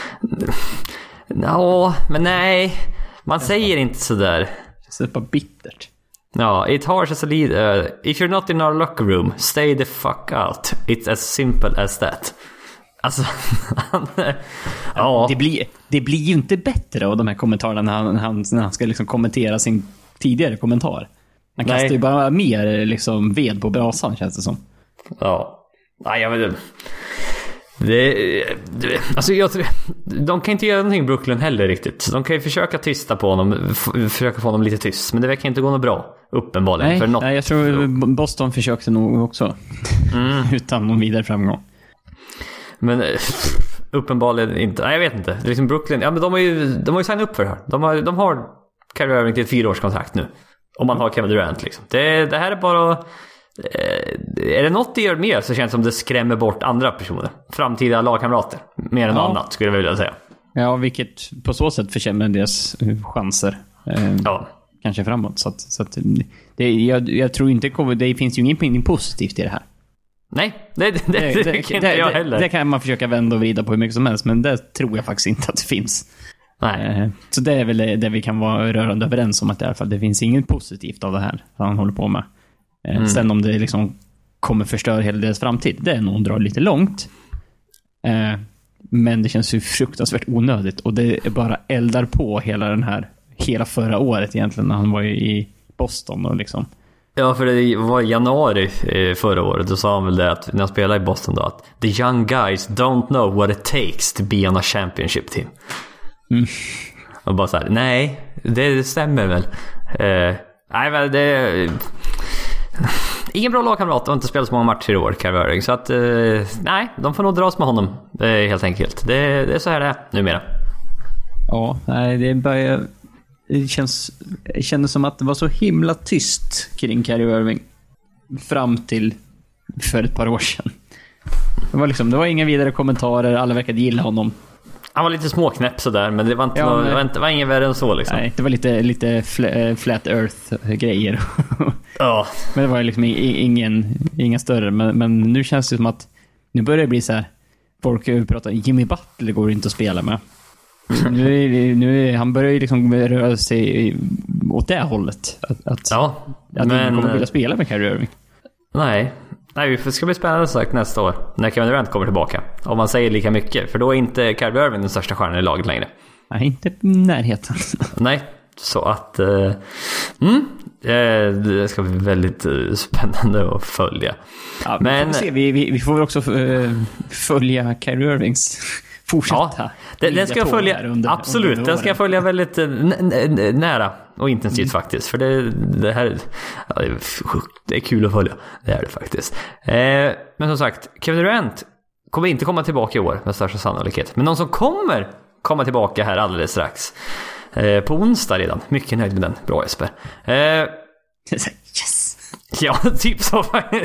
No, men nej, man säger inte så där. Det är bara bittert. Ja, it's harsh as a leader. Uh, if you're not in our locker room, stay the fuck out. It's as simple as that. Alltså, ja. Det blir, det blir ju inte bättre av de här kommentarerna när han, han, när han ska liksom kommentera sin tidigare kommentar. Han kastar Nej. ju bara mer liksom ved på brasan, känns det som. Ja. Nej, jag vet inte. Det, det, alltså jag, de kan inte göra någonting Brooklyn heller riktigt. De kan ju försöka tysta på honom, f- försöka få honom lite tyst, men det verkar inte gå något bra, uppenbarligen. Nej, för något. Nej jag tror Boston försökte nog också. Mm. Utan någon vidare framgång. Men uppenbarligen inte. Nej, jag vet inte. Det är liksom Brooklyn, ja, men de har ju, de har ju signat upp för det här. De har, de har Kyrie Irving till ett fyraårskontrakt nu. Om man har Kevin Durant liksom. Det, det här är bara... Är det något det gör mer så känns det som det skrämmer bort andra personer, framtida lagkamrater, mer än ja. annat skulle jag vilja säga. Ja, vilket på så sätt försämrar deras chanser eh, ja. kanske framåt. Så att, så att det, jag, jag tror inte det finns ju ingenting positivt i det här. Nej, det, det, det, det, det kan inte jag heller. Det, det kan man försöka vända och vrida på hur mycket som helst, men det tror jag faktiskt inte att det finns. Nej. Eh, så det är väl det, det vi kan vara rörande överens om, att i alla fall det finns inget positivt av det här som han håller på med. Mm. Sen om det liksom kommer förstöra hela deras framtid, det är nog att dra lite långt. Eh, men det känns ju fruktansvärt onödigt. Och det är bara eldar på hela den här, hela förra året egentligen, när han var i Boston och liksom. Ja, för det var i januari förra året. Då sa han väl det, att när han spelade i Boston då, att the young guys don't know what it takes to be on a championship team. Mm. Och bara så här, nej, det stämmer väl. Eh, nej, men det... Ingen bra lagkamrat och inte spelat så många matcher i år, Kyrie Irving. Så att, eh, nej, de får nog dras med honom, eh, helt enkelt. Det, det är så här det är numera. Ja, nej, det börjar det känns, det kändes som att det var så himla tyst kring Kyrie Irving fram till för ett par år sedan. Det var liksom, det var inga vidare kommentarer, alla verkade gilla honom. Han var lite småknäpp sådär, men det var inte, ja, någon, det var inte det var ingen värre än så liksom. Nej, det var lite, lite flat earth-grejer. Ja. Men det var liksom ingen, inga större. Men, men nu känns det som att nu börjar det bli så här. Folk pratar, Jimmy Butler går inte att spela med. Nu, nu han börjar ju liksom röra sig åt det hållet. Att, att, ja, att men... ingen kommer vilja spela med Kyrie Irving. Nej. Nej, det ska bli spännande sagt nästa år när Kevin Durant kommer tillbaka. Om man säger lika mycket. För då är inte Kyrie Irving den största stjärnan i laget längre. Nej, inte i närheten. Nej, så att... Uh, mm, uh, det ska bli väldigt uh, spännande att följa. Ja, men vi får, se. Vi, vi, vi får väl också uh, följa Kyrie Irvings fortsätta. Ja, den, den ska jag följa, under, absolut, under den ska jag följa väldigt n- n- nära och intensivt mm. faktiskt. För det, det här ja, det, är, det är kul att följa, det är det faktiskt. Eh, men som sagt, Kevin Durant kommer inte komma tillbaka i år med största sannolikhet. Men någon som kommer komma tillbaka här alldeles strax. Eh, på onsdag redan, mycket nöjd med den, bra Jesper. Eh, yes! Ja, typ så.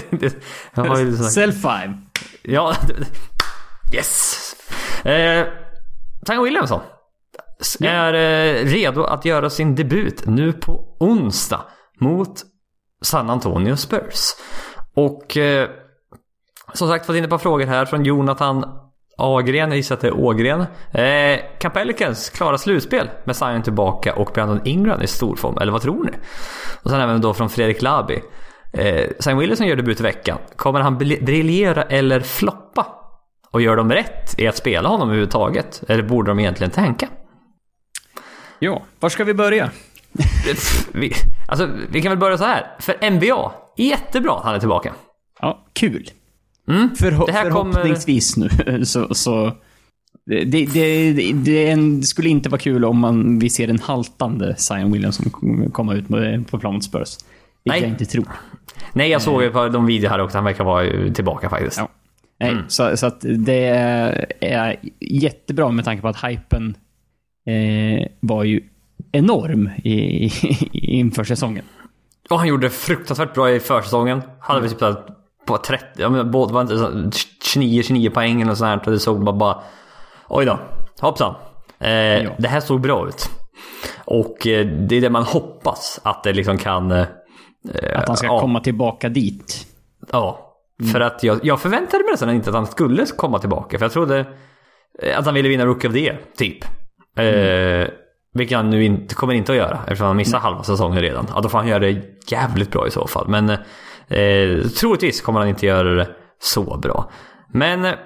Self five. Ja, yes! Eh, Zion Williamson är eh, redo att göra sin debut nu på onsdag mot San Antonio Spurs. Och eh, som sagt, fått in ett par frågor här från Jonathan Agren, jag gissar att det är Ågren. Eh, kan Pelicans klara slutspel med Zion tillbaka och Brandon Ingram i stor form, eller vad tror ni? Och sen även då från Fredrik Labi. eh, Zion Williamson gör debut i veckan. Kommer han briljera eller floppa? Och gör de rätt i att spela honom överhuvudtaget? Eller borde de egentligen tänka? Ja, var ska vi börja? vi, alltså, vi kan väl börja så här. För N B A, jättebra att han är tillbaka. Ja, kul. Mm. Förho- det här förhoppningsvis kommer... nu. Så, så det, det, det, det en, skulle inte vara kul om man, vi ser en haltande Zion Williamson komma ut med, på plan mot Spurs. Det Nej. jag inte tror. Nej, jag såg ju på de videor här och han verkar vara tillbaka faktiskt. Ja. Nej, mm. så, så att det är, är jättebra med tanke på att hypen eh, var ju enorm i, i, inför säsongen. Och han gjorde fruktansvärt bra i försäsongen. Hade vi typ på trettio, jag menar, båda var inte tjugonio tjugonio poäng och sånt här, och det såg bara, bara oj då, hoppsan. Eh, ja. Det här såg bra ut. Och eh, det är det man hoppas att det liksom kan eh, att han ska ja. komma tillbaka dit. Ja. Mm. För att jag, jag förväntade mig nästan inte att han skulle komma tillbaka. För jag trodde att han ville vinna Rookie of the Year, typ. Mm. Eh, vilket han nu inte, kommer inte att göra, eftersom han missar mm. halva säsongen redan. Ja, då får han göra det jävligt bra i så fall. Men eh, troligtvis kommer han inte göra det så bra. Men eh,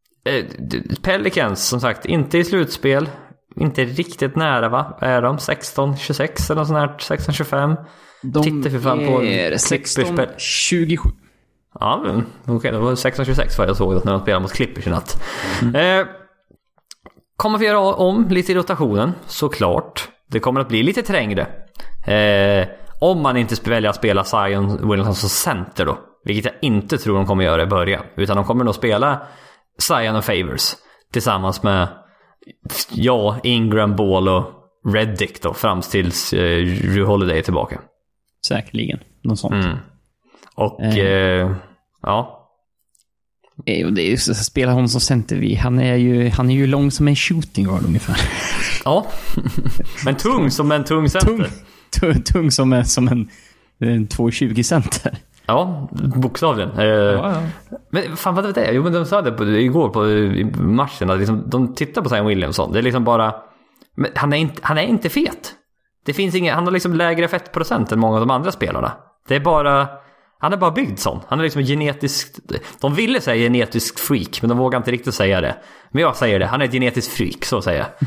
Pelicans, som sagt, inte i slutspel. Inte riktigt nära, va? Är de sexton tjugosex eller något sånt här? sexton tjugofem? De Tittar för fan på sexton tjugosju. Ja, okej, okay, det var sexton tjugosex vad jag såg när de spelade mot Clippers i natt. Mm. Eh, kommer vi göra om lite i rotationen, såklart. Det kommer att bli lite trängre. Eh, om man inte väljer att spela Zion Williamson som center då. Vilket jag inte tror de kommer göra i början. Utan de kommer nog spela Zion och Favors tillsammans med ja, Ingram, Ball och Reddick då, fram tills eh, Jrue Holiday är tillbaka. Säkerligen, något sånt. Mm. Och eh. Eh, ja. Det är ju så, spela honom som center vi. Han är ju han är ju lång som en shooting guard ungefär. Ja. Men tung som en tung center. Tung, tung, tung som en som en, en två tjugo center. Ja, bokstavligen. Eh, ja, ja. Men fan vad det är? Jo, men de sa det på, igår på matchen att liksom, de tittar på Zion Williamson. Det är liksom bara men han är inte han är inte fet. Det finns inga, han har liksom lägre fettprocent än många av de andra spelarna. Det är bara han är bara byggd sån. Han är liksom genetiskt... De ville säga genetisk freak, men de vågar inte riktigt säga det. Men jag säger det. Han är ett genetiskt freak, så säger jag.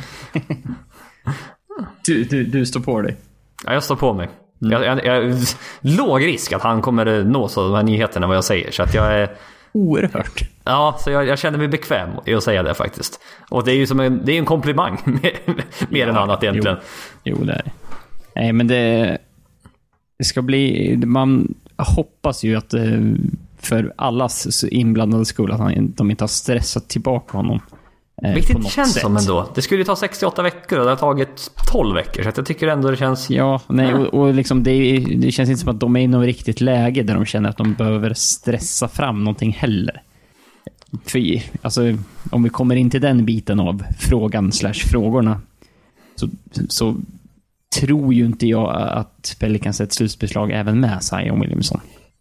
du, du, du står på dig. Ja, jag står på mig. Mm. Jag, jag, jag, låg risk att han kommer nås av de här nyheterna vad jag säger. Så att jag är... Oerhört. Ja, så jag, jag känner mig bekväm i att säga det faktiskt. Och det är ju som en, det är en komplimang. Mer ja, än annat egentligen. Jo, jo det är det. Nej, men det... Det ska bli... Man... Jag hoppas ju att för allas inblandade skull att han, de inte har stressat tillbaka honom Eh, Vilket det känns sätt. Som ändå. Det skulle ju ta sextioåtta veckor och det har tagit tolv veckor. Så att jag tycker ändå det känns... Ja, nej, och, och liksom det, det känns inte som att de är i något riktigt läge där de känner att de behöver stressa fram någonting heller. För alltså, om vi kommer in till den biten av frågan slash frågorna så, så tror ju inte jag att Pelicans ett slutspelslag även med Zion Williamson.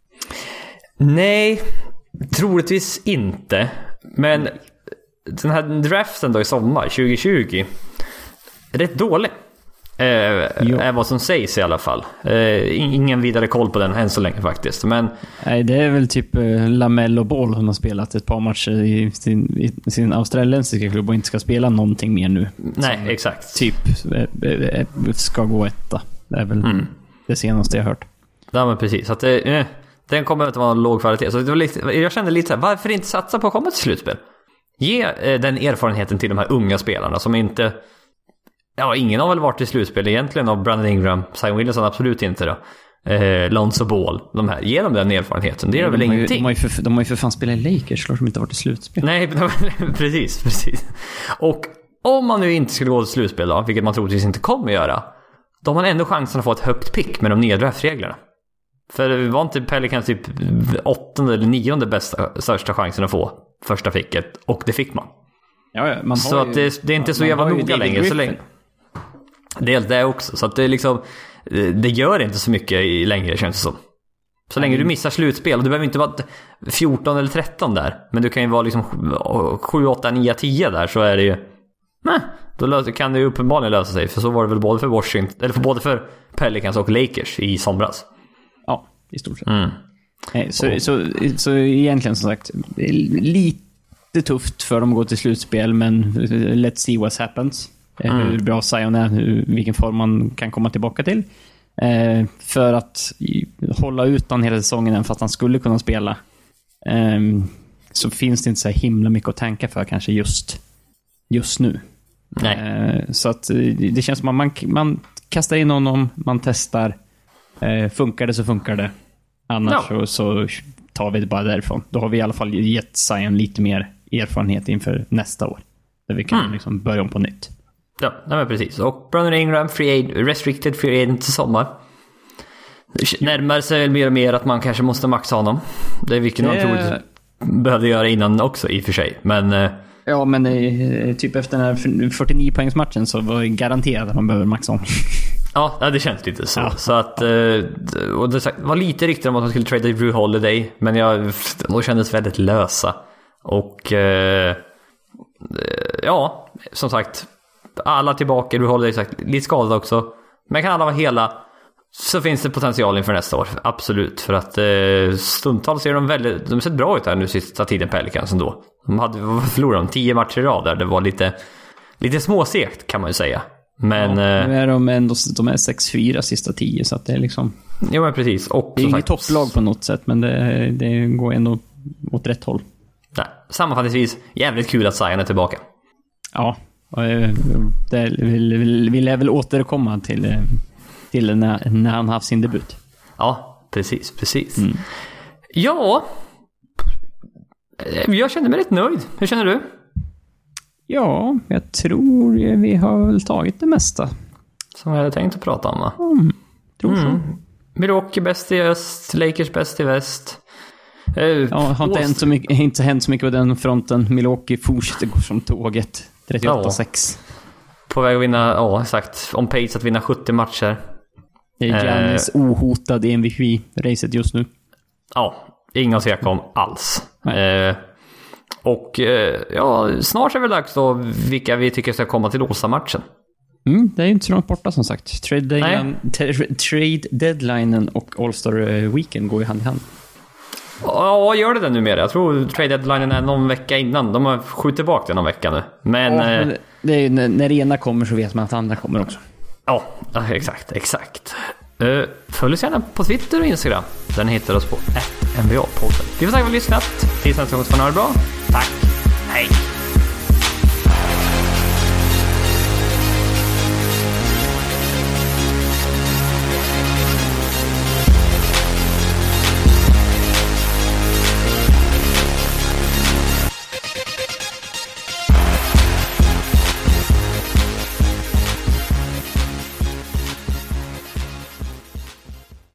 Nej, troligtvis inte. Men den här draften då i sommar tjugo tjugo rätt dålig. Eh, är vad som sägs i alla fall. Eh, ingen vidare koll på den än så länge faktiskt. Men nej, det är väl typ eh, LaMelo Ball som har spelat ett par matcher i sin, i sin australiensiska klubb och inte ska spela någonting mer nu. Nej, som exakt. Typ eh, eh, ska gå etta. Det är väl mm. det senaste jag hört. Ja, men precis. Så att det, eh, den kommer att vara en låg kvalitet. Så det var lite, jag kände lite så här, varför inte satsa på att komma till slutspel? Ge eh, den erfarenheten till de här unga spelarna som inte... Ja, ingen har väl varit i slutspel egentligen av Brandon Ingram, Zion Williamson absolut inte då. Eh, Lonzo Ball, de här. Ge dem den erfarenheten, det är de väl har ingenting. Ju, de, har ju för, de har ju för fan spelat i Lakers, klart de inte har varit i slutspel. Nej, precis, precis. Och om man nu inte skulle gå till slutspel då, vilket man troligtvis inte kommer göra, då har man ändå chansen att få ett högt pick med de nya draftreglerna. För det var inte Pelicans typ åttonde eller nionde bästa, största chansen att få första picket, och det fick man. Ja, ja, man så har att ju, det, det är inte så jävla noga längre så länge. Det är det också. Så att det är liksom, det gör inte så mycket i längre, känns det som. Så länge du missar slutspel, och du behöver inte vara fjorton eller tretton där, men du kan ju vara liksom sju, åtta, nio, tio där, så är det ju nej, då kan det ju uppenbarligen lösa sig. För så var det väl både för Washington, eller för både för Pelicans och Lakers i somras. Ja, i stort sett. Mm. Nej, så, så, så, så egentligen som sagt lite tufft för dem att gå till slutspel, men let's see what happens. Mm. Hur bra Zion är, hur, vilken form man kan komma tillbaka till. Eh, för att hålla utan hela säsongen, även fast han skulle kunna spela, eh, så finns det inte så himla mycket att tänka för kanske just, just nu. Nej. Eh, så att det känns som att man, man kastar in honom, man testar. Eh, funkar det så funkar det. Annars no. så, så tar vi det bara därifrån. Då har vi i alla fall gett Zion lite mer erfarenhet inför nästa år. Där vi kan mm. liksom börja om på nytt. Ja, men precis. Och Brandon Ingram, free aid, restricted free agent till sommar. Närmar sig väl mer och mer att man kanske måste maxa honom. Det är vilket man tror behövde göra innan också i och för sig. Men... Ja, men typ efter den här fyrtionio poängsmatchen så var det garanterat att man behöver maxa honom. Ja, det känns lite så. Ja. Så att, och det var lite riktigt om att man skulle trada i Drew Holiday, men jag, de kändes väldigt lösa. Och ja, som sagt, alla tillbaka. Drew Holiday sagt, lite skadad också. Men kan alla vara hela, så finns det potential inför nästa år. Absolut, för att stundtals ser de väldigt, de ser bra ut här nu sista tiden, Pelicans ändå. De hade förlorat de tio matcher i rad där. Det var lite, lite småsegt kan man ju säga. Men ja, nu är de ändå, de är sex fyra sista tio, så att det är liksom... Ja, men precis. Och det är inget topplag på något sätt, men det, det går ändå åt rätt håll. Nej, sammanfattningsvis, jävligt kul att Zion är tillbaka. Ja, och det vill, vill, vill jag väl återkomma till, till när, när han haft sin debut. Ja, precis, precis. Mm. Ja, jag känner mig rätt nöjd. Hur känner du? Ja, jag tror vi har väl tagit det mesta. Som jag hade tänkt att prata om, va? Mm, tror mm. så. Milwaukee bäst i öst, Lakers bäst i väst. Uh, ja, har inte hänt, så mycket, inte hänt så mycket på den fronten. Milwaukee fortsätter gå som tåget. trettioåtta sex. Ja. På väg att vinna, ja exakt. Om pace att vinna sjuttio matcher. Det är Giannis uh, ohotad i M V P-racet just nu. Ja, inga att säga om alls. Uh, och uh, ja, snart är det väl dags då vilka vi tycker ska komma till Åsa-matchen. Mm, det är ju inte så långt borta som sagt. Trade, deadline, t- trade deadlinen och All-Star Weekend går ju hand i hand. Ja, gör det den numera. Jag tror trade deadlinen är någon vecka innan. De har skjutit tillbaka den någon vecka nu. Men, ja, men det är ju, när, när det ena kommer så vet man att andra kommer också. Ja, exakt, exakt. Uh, följ oss gärna på Twitter och Instagram. Den hittar oss på N B A-podden. Vi får tacka för att ni har lyssnat. Tills nästa gång ska ni ha det bra. Tack. Hej.